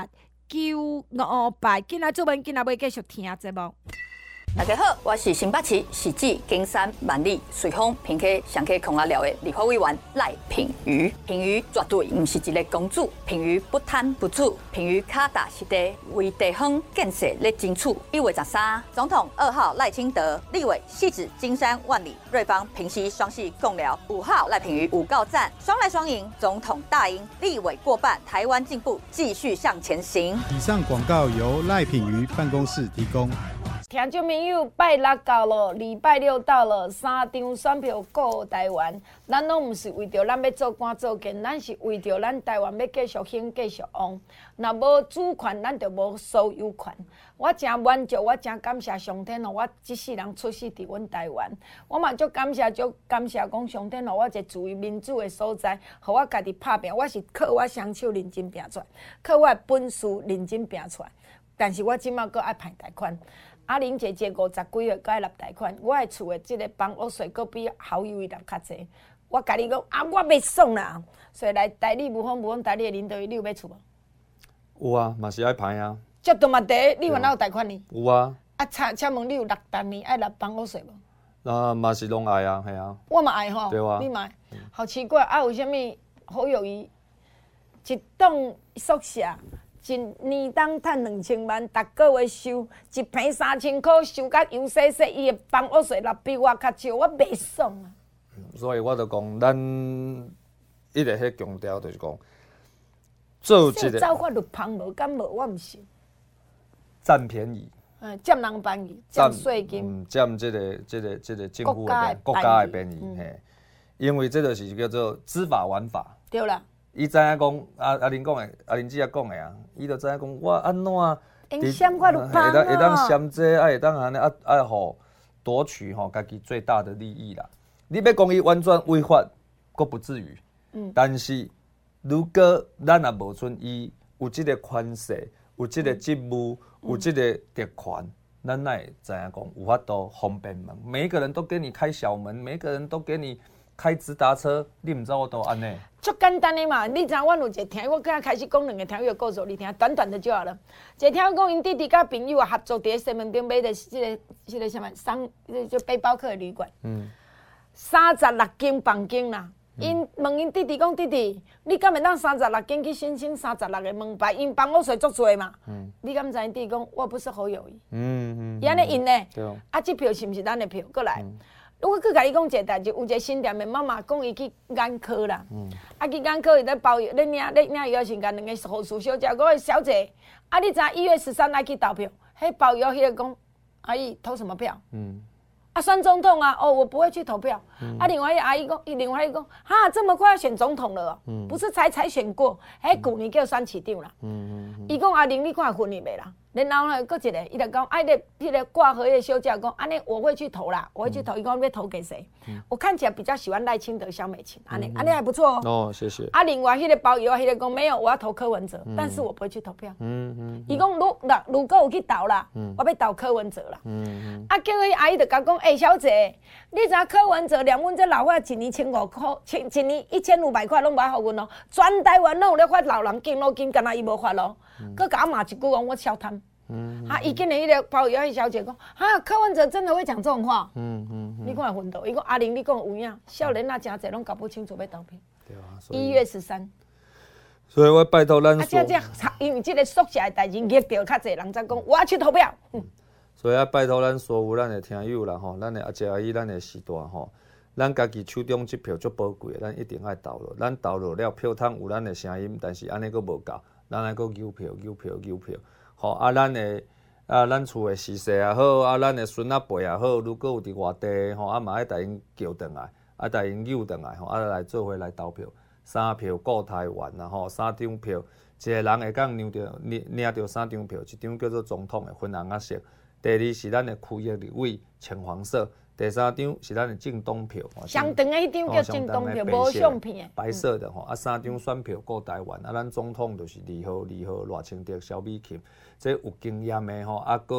九五八，今仔做文，今仔要继续听节目。 大家好，我是新北市市长金山万里随风平溪上溪空阿寮的立法委员赖品妤。品妤绝对不是一个公主，品妤不贪不醋，品妤脚踏实地为地方建设咧争取。一月十三，总统二号赖清德，立委汐止金山万里瑞芳平溪双溪共寮。五号赖品妤五告战，双赖双赢，总统大赢，立委过半，台湾进步继续向前行。 以上广告由赖品妤办公室提供。 听众朋友，拜六到了，礼拜六到了，三张选票顾台湾，咱拢毋是为着咱要做官做建，咱是为着咱台湾要继续兴、继续旺。若无主权，咱就无所有权。我真满足，我真感谢上天哦！我一世人出世伫阮台湾，我嘛足感谢，足感谢讲上天哦！我一个自由民主的所在，互我家己拍拼，我是靠我双手认真拼出来，靠我的本事认真拼出来。但是我即马搁爱排贷款。阿玲姐姐五十几岁，该纳贷款。我的厝的即个房屋税，搁比好友伊纳较济。我甲你讲，啊，我袂爽啦。所以来代理无风无风代理的领导，你有买厝无？ 有啊，嘛是爱排啊。 足多嘛第一，你有哪有贷款呢？ 有啊。 啊，请请问你有六单年爱纳房屋税无？ 啊，嘛是拢爱啊，系啊。 我嘛爱吼。 对啊。 你嘛爱？好奇怪啊！为什么好友谊一栋宿舍？一年当赚两千万，逐个月收一平三千块，收甲油洗洗，伊的房屋税若比我较少，我袂爽啊！ 所以我就讲，咱一直迄强调，就是讲做一个。 照我入旁无敢无，我毋信。 占便宜。 嗯，占人便宜，占税金。 嗯，占即个、即个、即个政府的国家的便宜，嘿，因为这就是叫做知法玩法。 对啦。 伊知影讲，阿阿玲讲的，阿玲姐也讲的啊，伊就知影讲，我安怎会嫌我就帮会当会当嫌这，啊会当安尼啊啊吼夺取吼家己最大的利益啦。你要讲伊完全违法，阁不至于。嗯。但是如果咱也无准伊有即个权势，有即个职务，嗯、有即个特权，咱哪会知影讲有法度方便门？每一个人都给你开小门，每一个人都给你。开直达车，你唔知我都安尼。 足简单的嘛，你知影阮有一个听，我刚开始讲两个听友的故事，你听，短短的就好了。一个听友讲，因弟弟甲朋友啊合作伫西门町买的即个、即个什么商，就背包客的旅馆。嗯。三十六间房间啦，因、嗯、问因弟弟讲，弟弟，你敢会当三十六间去申请三十六个门牌？因房屋税足多嘛。嗯。你敢知因弟弟讲，我不是好友谊。嗯嗯。伊安尼印呢？对。啊，这票是毋是咱的票？过来。嗯我去甲你讲一个代志，有一个新店的妈妈讲伊去眼科啦，嗯、啊去眼科伊咧包药，咧领咧领药时间两个护士小姐讲：“小姐，啊你知一月十三来去投票？迄包药迄个讲，阿姨投什么票？嗯，啊选总统啊？哦，我不会去投票。嗯、啊另外一个阿姨讲，另外一个讲，哈这么快要选总统了、哦，嗯、不是才才选过，迄旧年叫选市长啦。嗯嗯伊讲阿玲，你看分哩未啦？然后呢，搁一个，伊就讲，哎，那迄个挂盒的小姐讲，安尼我会去投啦，我会去投。伊讲要投给谁？嗯、我看起来比较喜欢赖清德、萧美琴，安尼安尼还不错哦。 哦，谢谢。 啊，另外迄个包邮，迄个讲没有，我要投柯文哲，嗯、但是我不会去投票。嗯嗯。伊讲如若如果有去投啦，嗯、我要投柯文哲啦。嗯嗯。啊，叫迄阿姨就甲讲，哎、欸，小姐，你知柯文哲连阮这老伙一年千五块，千一年一千五百块拢无互阮哦，全台湾拢有咧发老人敬老金，敢若伊无发咯。佮甲我骂一句讲，我超贪。嗯，啊，伊今年迄个包邮迄小姐讲，哈，柯文哲真的会讲这种话？嗯嗯，你看混到，伊讲阿玲，你讲有影，少年啊真侪拢搞不清楚要投票。对啊，一月十三。 所以我拜托咱。啊， 这这，因为这个宿舍的代志，激到较侪人才讲，我要去投票。嗯。 所以啊，拜托咱所有咱的听友啦吼，咱的阿姐阿姨，咱的时代吼，咱家己手中这票足宝贵，咱一定爱投落。咱投落了票仓有咱的声音，但是安尼佫无够，咱爱佫邮票、邮票、邮票。吼啊，咱的啊，咱厝的逝世也好，啊，咱的孙仔辈也好，如果有伫外地吼，啊嘛爱带因叫转来，啊带因诱转来，吼，啊来做伙来投票，三票顾台湾啦，吼，三张票，一个人会讲领着领领着三张票，一张叫做总统的粉红仔色，第二是咱的区域立委青黄色，第三张是咱的政党票， 上长的迄张叫政党票，无相片， 白色的吼，啊三张选票顾台湾，啊咱总统就是二号二号赖清德、萧美琴。这有经验的吼，啊，搁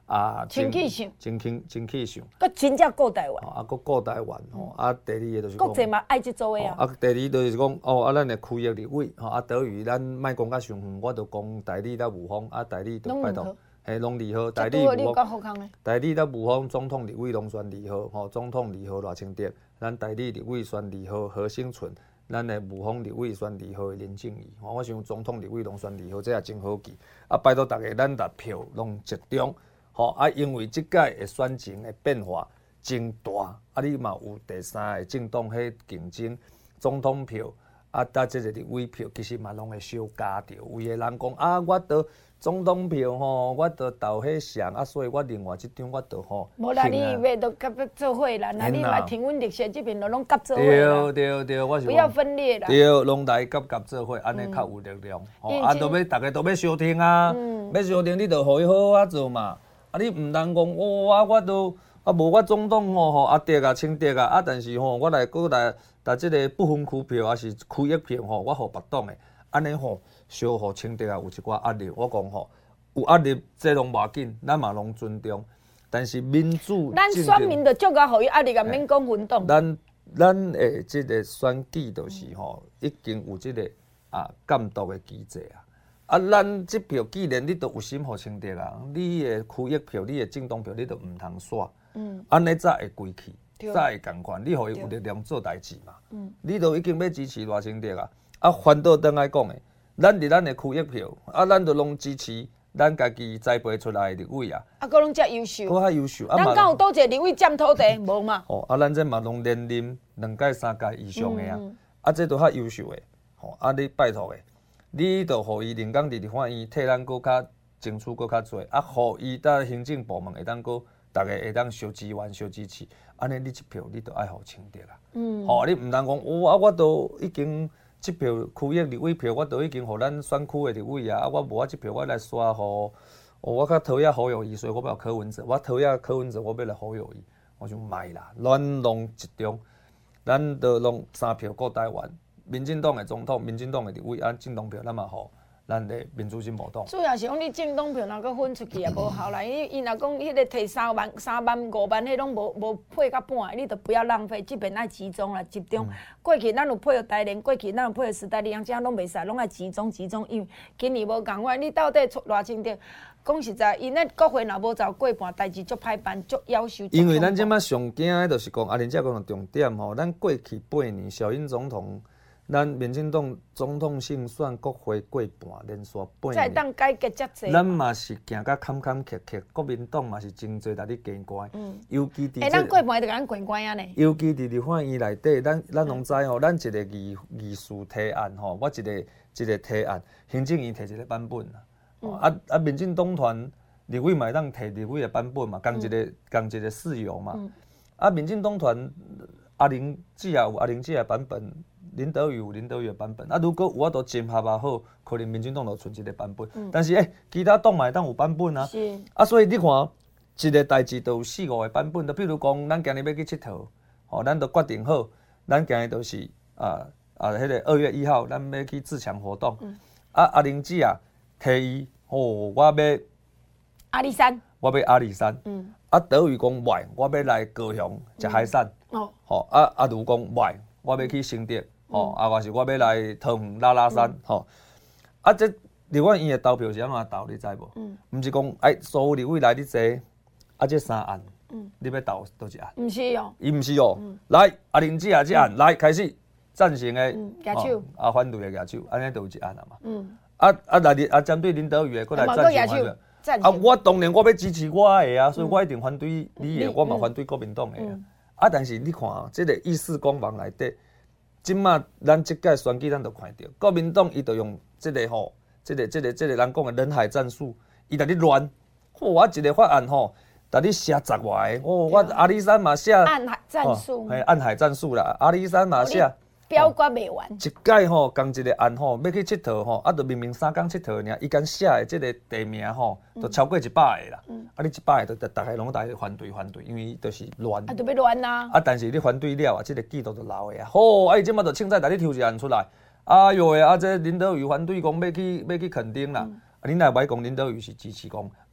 啊， 清气象， 真清真气象， 佮真正顾台湾， 啊，佮顾台湾吼，啊，第二个就是国际嘛爱即组的啊。 啊，第二就是讲哦，啊，咱的区域立委吼，啊，岛屿咱莫讲甲上远，我就讲台里甲吴方，啊，台里就拜托，嘿，拢二号，台里吴方，台里甲吴方总统立委拢选二号，吼，总统二号赖清德，咱台里立委选二号何兴纯。咱的吴方立委选二号的林正义，我想总统立委拢选二号，这也真好记。啊，拜托大家，咱把票拢集中，吼啊，因为即届的选情的变化真大，啊，你嘛有第三个政党迄竞争总统票，啊，搭即个立委票，其实嘛拢会小加着。有的人讲啊，我得总统票吼，我得投迄上，啊，所以我另外一张我得吼。 无啦，你要都甲做伙啦，那你来听阮绿色这边，拢甲做伙啦。 对对对，我是不要分裂啦。 对，拢来甲甲做伙，安尼较有力量。吼，啊，都要大家都要相听啊，要相听，你就互伊好好做嘛。啊，你毋通讲哇，我都啊无我总统吼吼啊德啊清德啊，啊但是吼我来搁来来即个不分区票还是区域票吼，我互别党的，安尼吼。小互清德啊，有一寡压力。我讲吼，有压力，这拢无要紧，咱嘛拢尊重。但是民主， 咱选民就足够互伊压力啊，免讲运动。 咱咱的即个选举就是吼，已经有即个啊监督的机制啊。啊，咱即票既然你都有心互清德啊，你的区域票、你的政党票，你都毋通刷。嗯。安尼才会归去，才会共款。你互伊有力量做代志嘛。嗯。你都已经要支持赖清德啊，啊，反倒倒来讲的。咱伫咱的区域票，啊，咱就拢支持咱家己栽培出来的立委啊。 啊，佫拢遮优秀。 佫较优秀。 咱敢有倒一个立委占土地？无嘛。 哦，啊，咱这嘛拢连任两届、三届以上的啊。嗯、啊，这都较优秀的。吼、哦，啊，你拜托的，你就互伊人工直直看伊替咱佫较争取佫较侪，啊，互伊搭行政部门会当佫大家会当小支援、小支持，安尼你一票你都爱互清德啦。嗯。吼、哦，你毋通讲，哦啊，我都已經。即票区域立委票，我都已经互咱选区的立委啊！啊，我无我即票我来刷互，哦，我较讨厌侯友宜，所以我要柯文哲。我讨厌柯文哲，我要来侯友宜。我想卖啦，咱拢集中，咱都拢三票顾台湾。民进党的总统、民进党的立委，啊，政党票咱嘛互咱的民主进步党。 主要是讲你政党票若搁分出去也无效啦，因为伊若讲迄个摕三万、三万、五万，迄拢无无配到半，你就不要浪费，即边爱集中啦，集中。嗯、过去咱有配合台联，过去咱有配合时代力量，这样拢袂使，拢爱集中集中。因为今年无共款，你到底偌清德？讲实在，因咧国会若无走过半，代志足歹办，足夭寿。 因为咱即摆上惊的就是讲，阿林姐讲的重点吼，咱过去八年小英总统。咱民进党总统胜选国会过半，连续八年。 再当改革遮济。 咱嘛是行甲坎坎坷坷，国民党嘛是真侪来咧过关。嗯。尤其伫。 哎，咱过半就甲咱过关啊呢。 尤其伫立法院内底，咱咱拢知吼，咱一个议议事提案吼，我一个一个提案，行政院摕一个版本啦。嗯、啊啊，民进党团立委嘛当摕立委的版本嘛，共一个共、嗯、一个事由嘛。嗯、啊，民进党团阿玲姐也有阿玲姐的版本。林德宇有林德宇的版本，啊，如果有法度整合也好，可能民进党就剩一个版本。嗯、但是诶、欸，其他党嘛会当有版本啊。是。啊，所以你看，一个代志都有四五个版本。就比如讲，咱今日要去佚佗，吼，咱都决定好，咱今日就是啊啊，迄、那个二月一号，咱要去自强活动。嗯、啊，阿玲姐啊，提议，哦，我要阿里山， 我要阿里山。嗯。啊，德宇讲袂，我要来高雄食海产。嗯、哦。吼，啊啊，如讲袂，我要去新店。吼、嗯，啊，或是我要来桃园拉拉山，吼、嗯，啊，这立法院的投票是安怎投，你知无？嗯，毋是讲哎，所有立委来你坐，啊，这三案，嗯，你要投倒一案？毋是哦， 伊毋是哦，嗯、来，阿玲姐啊，这案、嗯、来开始赞成的， 举手， 啊，反对的举手，安尼就有一案啊嘛。嗯，啊啊，来啊，针对林德宇的，过来赞成的。啊，我当然我要支持我的啊，所以我一定反对你的，嗯、我嘛反对国民党的啊。嗯、啊，但是你看啊，这个议事公网内底。即马咱即届选举，咱就看到国民党伊就用即个吼，即个即个即个人讲的人海战术，伊来咧乱。哦，我一个法案吼，来咧写十外个。哦，我阿里山嘛写暗海战术， 嘿，暗海战术啦，阿里山嘛写。 表决未完。一届吼，共一个案吼，要去佚佗吼，啊，就明明三工佚佗尔，伊敢写的即个地名吼，就超过一百个啦。嗯、啊，你一百个，就大家拢大家反对反对，因为就是乱。 啊，就要乱呐。 啊，但是你反对了啊，即、這个记录就留的啊。好，啊，伊即马就凊彩来你抽一案出来。哎哟喂，啊，这林德宇反对讲要去要去垦丁啦。嗯、啊，恁来歹讲林德宇是支持讲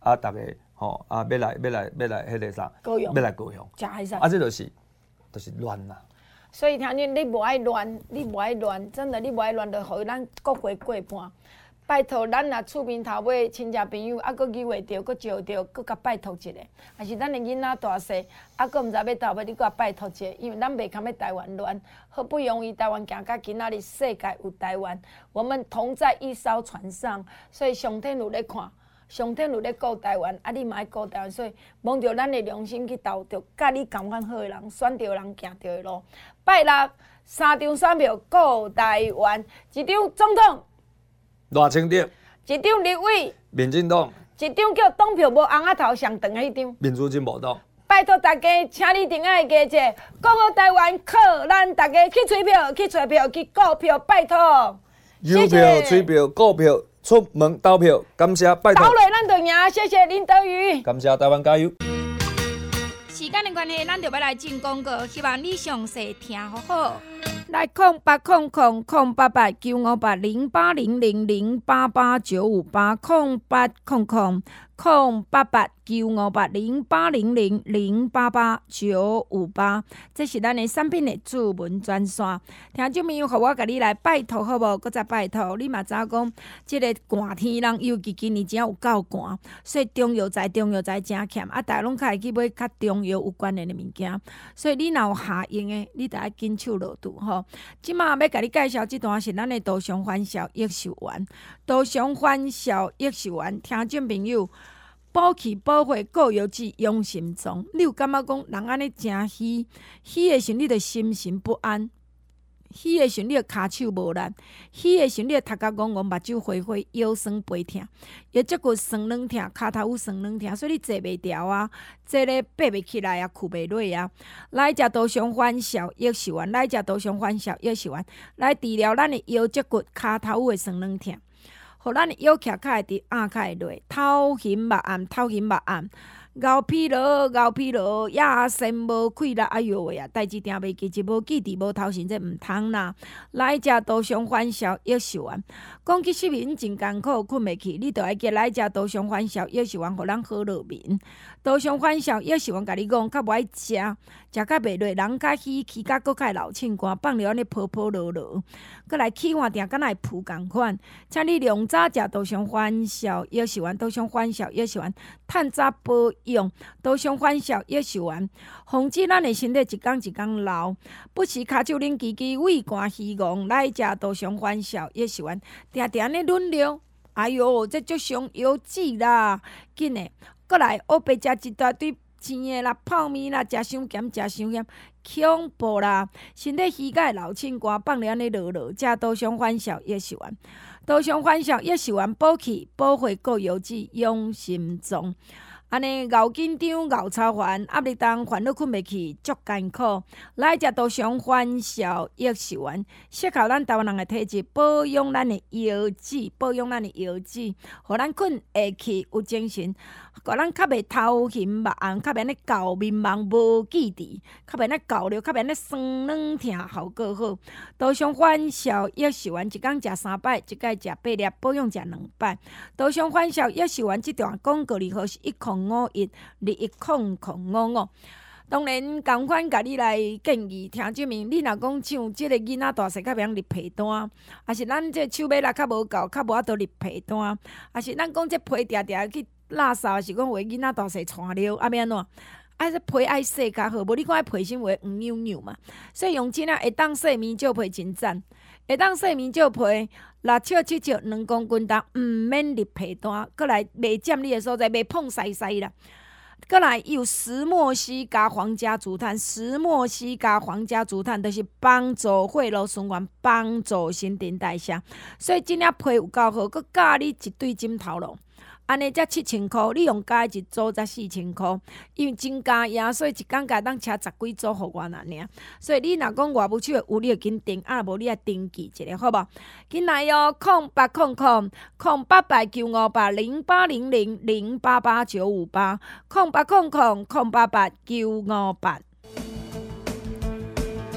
啊，逐个吼啊，要来要来要来迄个啥， 高雄要来高雄， 食海产啊，这就是就是乱啦。 所以听见你无爱乱，你无爱乱，真的你无爱乱，就互咱各过过半。拜托，咱若厝边头尾亲戚朋友，啊，佫机会着，佫招着，佫甲拜托一下。还是咱的囡仔大细，啊，佫毋知要倒尾，你佫甲拜托一下，因为咱袂堪要台湾乱，好不容易台湾行到今仔日，世界有台湾，我们同在一艘船上，所以上天有咧看。上天有咧顾台湾，啊，你嘛爱顾台湾，所以望着咱的良心去投，着甲你共款好的人，选着人行着的路。拜六三张选票顾台湾，一张总统， 赖清德， 一张立委， 民进党， 一张叫党票无红仔头上长迄张。 民主进步党。 拜托大家，请你顶下加者，讲好台湾靠咱大家去吹票，去吹票，去顾票，拜托。 邮票、吹票、购票、出门投票，感谢拜托。 投落咱就赢，谢谢林德瑜。 感谢台湾加油。 时间的关系，咱就要来进广告，希望你详细听好好。 来空八空空空八八九五八零八零零零八八九五八空八空空空八八九五八零八零零零八八九五八，这是咱的产品的主文专线。听众朋友，互我甲你来拜托好无？搁再拜托，你嘛知影讲，即个寒天人，尤其今年真有够寒，所以中药材中药材真欠，啊，大家拢较会去买较中药有关联的物件。所以你若有下用的，你着爱紧手落肚吼。即马要甲你介绍即段是咱的稻香欢笑益寿丸，稻香欢笑益寿丸，听众朋友。保气保血顾药剂养心脏，你有感觉讲人安尼真虚？虚的时候你就心神不安，虚的时候你就骹手无力，虚的时候你就头壳戆戆、目睭花花、腰酸背痛，又即个酸软痛、骹头有酸软痛，所以你坐袂牢啊，坐咧爬袂起来啊，困袂落啊。来食稻香欢笑益寿丸，来食稻香欢笑益寿丸，来治疗咱的腰脊骨、骹头有的酸软痛。互咱的腰徛较会直，压较会落，头晕目暗，头晕目暗，熬疲劳，熬疲劳，夜深无气力，哎哟喂啊！代志定袂记，一无记伫无头神，这毋通啦。来食稻香欢笑益寿丸，讲起失眠真艰苦，困袂去，你着爱记来食稻香欢笑益寿丸，互咱好落眠。稻香欢笑益寿丸，甲你讲，较无爱食，食较袂落，人较虚，气较佫较会流凊汗，放了安尼泡泡落落，佫来起换定，敢若会浮共款。请你量早食稻香欢笑益寿丸，稻香欢笑益寿丸，趁早保养。稻香欢笑益寿丸，防止咱的身体一天一天老，不时骹手冷叽叽，胃寒虚戆，来食稻香欢笑益寿丸，定定咧轮流。哎哟，这足伤腰子啦！紧诶，过来黑白食一大堆甜的啦，泡面啦，食伤咸，食伤咸，恐怖啦！身体虚甲会流凊汗，放咧安尼落落，食稻香欢笑益寿丸，稻香欢笑益寿丸，补气补血顾腰子，养心脏。安尼熬紧张、熬操烦，压力重，烦恼困袂去，足艰苦。来食稻香欢笑益寿丸，适合咱台湾人的体质，保养咱的腰子，保养咱的腰子，互咱困会去，有精神，互咱较袂头晕目暗，较袂安尼搞迷茫无记忆，较袂安尼搞了，较袂安尼酸软痛，效果好。稻香欢笑益寿丸，一工食三摆，一摆食八粒，保养食两摆。稻香欢笑益寿丸，这段广告里号是一空。五一二一空空五五，当然同款甲你来建议，听证明你若讲像即个囡仔大细较袂晓立被单，还是咱这手尾力较无够，较无法度立被单，还是咱讲这被定定去拉扫，是讲话囡仔大细穿了，啊要安怎？啊，这被爱洗较好，无你看被先会黄扭扭嘛，所以用真啊会当洗面罩被真赞，会当洗面罩被六尺七尺两公斤重，毋免立被单，过来袂占你的所在，袂碰西西啦。过来有石墨烯加皇家竹炭，石墨烯加皇家竹炭就是帮助血路循环，帮助新陈代谢，所以真正被有够好，佮教你一对枕头咯。安尼才七千箍，你用加一组才四千箍，因为真加赢，所以一工家当车十几组互我那尔。所以你若讲外务手有，你就紧订，啊无你也登记一下，好无？紧来哦，空八空空空八八九五八零八零零零八八九五八，空八空空空八八九五八。继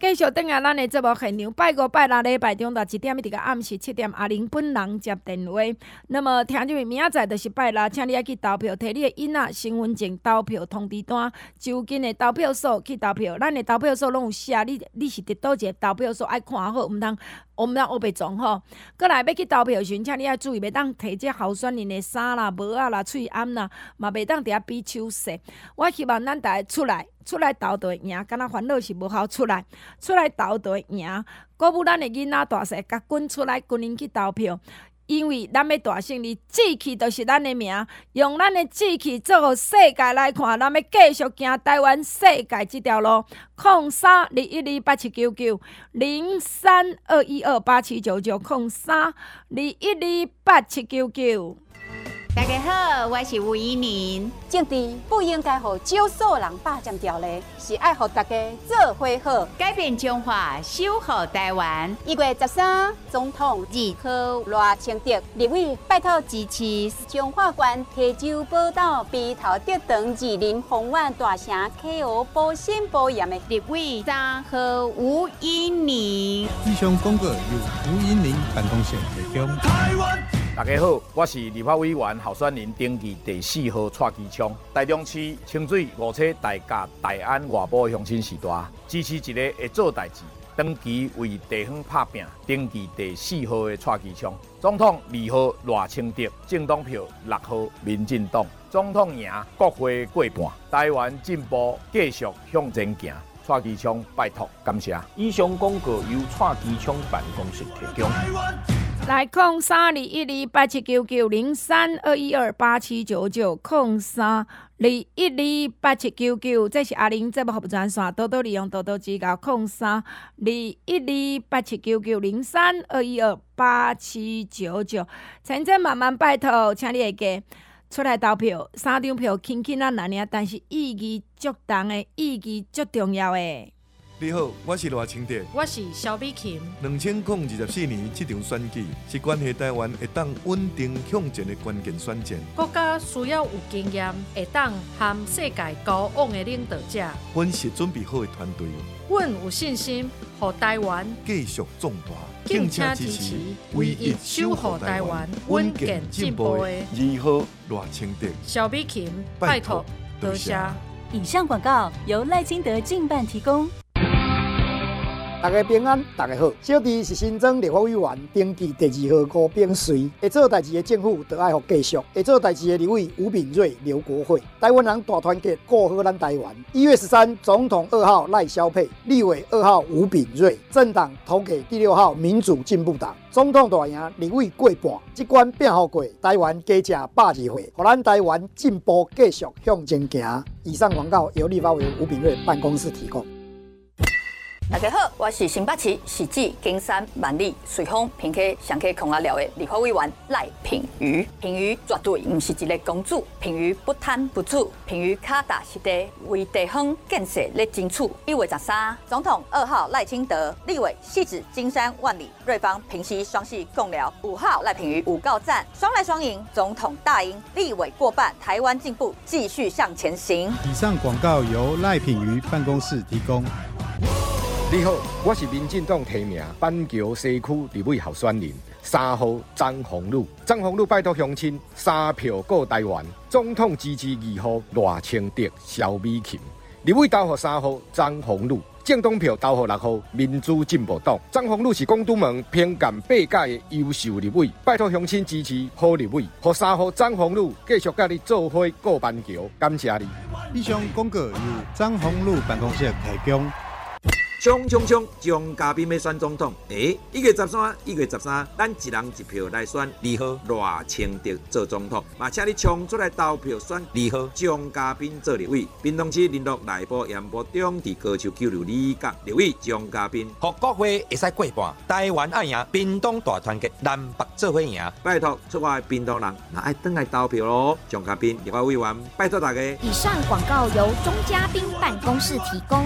继续等下咱的节目现场，拜五拜六礼拜中到一点，一直到暗时七点，阿玲本人接电话。那么听众明仔载就是拜六，请你去投票，摕你的囡仔身份证、投票通知单、就近的投票所去投票。咱的投票所拢有写，你你是伫倒一个投票所，爱看好，毋通毋通黑白撞吼。过来要去投票时，请你爱注意，袂当摕这候选人的衫啦、帽仔啦、喙暗啦，嘛袂当伫遐比手势。我希望咱大家出来。出来投就会赢，敢若烦恼是无效出来，出来投就会赢。鼓舞咱的囡仔大细，甲滚出来，滚因去投票。因为咱要大胜利，志气就是咱的名，用咱的志气做互世界来看，咱要继续行台湾世界这条路。空三二一二八七九九零三二一二八七九九空三二一二八七九九。 大家好，我是吴怡宁。 政治不应该互少数人霸占条例，是爱互大家做伙好， 改变中华，守护台湾。 一月十三，总统日号赖清德立委拜托支持中华县溪州宝岛鼻头竹塘二林红湾大城溪湖保新保严的立委三号吴怡宁。 以上广告由吴怡宁办公室提供。 大家好，我是立法委员候选人登记第四号蔡其昌。台中市清水五车大甲大安外埔乡亲时代，支持一个会做代志、长期为地方拍拼、登记第四号的蔡其昌。总统二号赖清德，政党票六号民进党。总统赢，国会过半，台湾进步继续向前行。蔡其昌拜托，感谢。 以上广告由蔡其昌办公室提供。 来空三二一二八七九九零三二一二八七九九空三二一二八七九九，这是阿玲节目服务专线，多多利用，多多指教。空三二一二八七九九零三二一二八七九九，千千万万拜托，请你会记出来投票，三张票轻轻啊难尔，但是意义足重的，意义足重要的。 你好，我是赖清德， 我是萧美琴。 两千零二十四年这场选举是关系台湾会当稳定向前的关键选战。 国家需要有经验、会当和世界交往的领导者。 阮是准备好的团队， 阮有信心，让台湾继续壮大。 敬请支持唯一守护台湾稳健进步的二号赖清德、 萧美琴，拜托，多谢。 以上广告由赖清德竞办提供。 大家平安，大家好。小弟是新庄立法委员登记第二号高炳瑞，会做代志的政府就爱互继续，会做代志的立委吴秉瑞、刘国辉。台湾人大团结，顾好咱台湾。一月十三，总统二号赖萧配，立委二号吴秉瑞，政党投给第六号民主进步党。总统大赢，立委过半，这关拼好过，台湾加吃百二岁，互咱台湾进步继续向前行。以上广告由立法委员吴秉瑞办公室提供。 大家好，我是新北市市长金山万里随风平溪上溪控阿寮的立法委员赖品妤。品妤绝对不是一个公主，品妤不贪不醋，品妤脚踏实地为地方建设咧争取。一月十三，总统二号赖清德，立委汐止、金山、万里、瑞芳、平溪双系共寮。五号赖品妤五告战，双来双赢，总统大赢，立委过半，台湾进步继续向前行。 以上广告由赖品妤办公室提供。 你好，我是民进党提名板桥西区立委候选人三号张宏宇。张宏宇拜托乡亲三票过台湾，总统支持二号赖清德、萧美琴。立委投给三号张宏宇，政党票投给六号民主进步党。张宏宇是港督门评鉴八届的优秀立委，拜托乡亲支持好立委，给三号张宏宇继续甲你做伙过板桥，感谢你。 以上广告由张宏宇办公室提供。 冲冲冲！张嘉宾要选总统，诶、欸，一月十三，一月十三，咱一人一票来选二号赖清德做总统，嘛，请你冲出来投票选二号张嘉宾做立委。屏东市林鹿内部盐埔中地高球九六里角立委张嘉宾， 互国会会使过半，台湾爱赢，屏东大团结，南北做伙赢。 拜托，出外屏东人，那爱登来投票咯。张嘉宾立法委员，拜托大家。 以上广告由钟嘉宾办公室提供。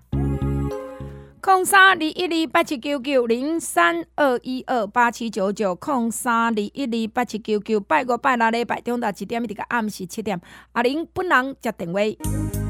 空三二一二八七九九零三二一二八七九九空三二一二八七九九拜五拜六礼拜中到一点，一直到暗时七点，阿玲本人接电话。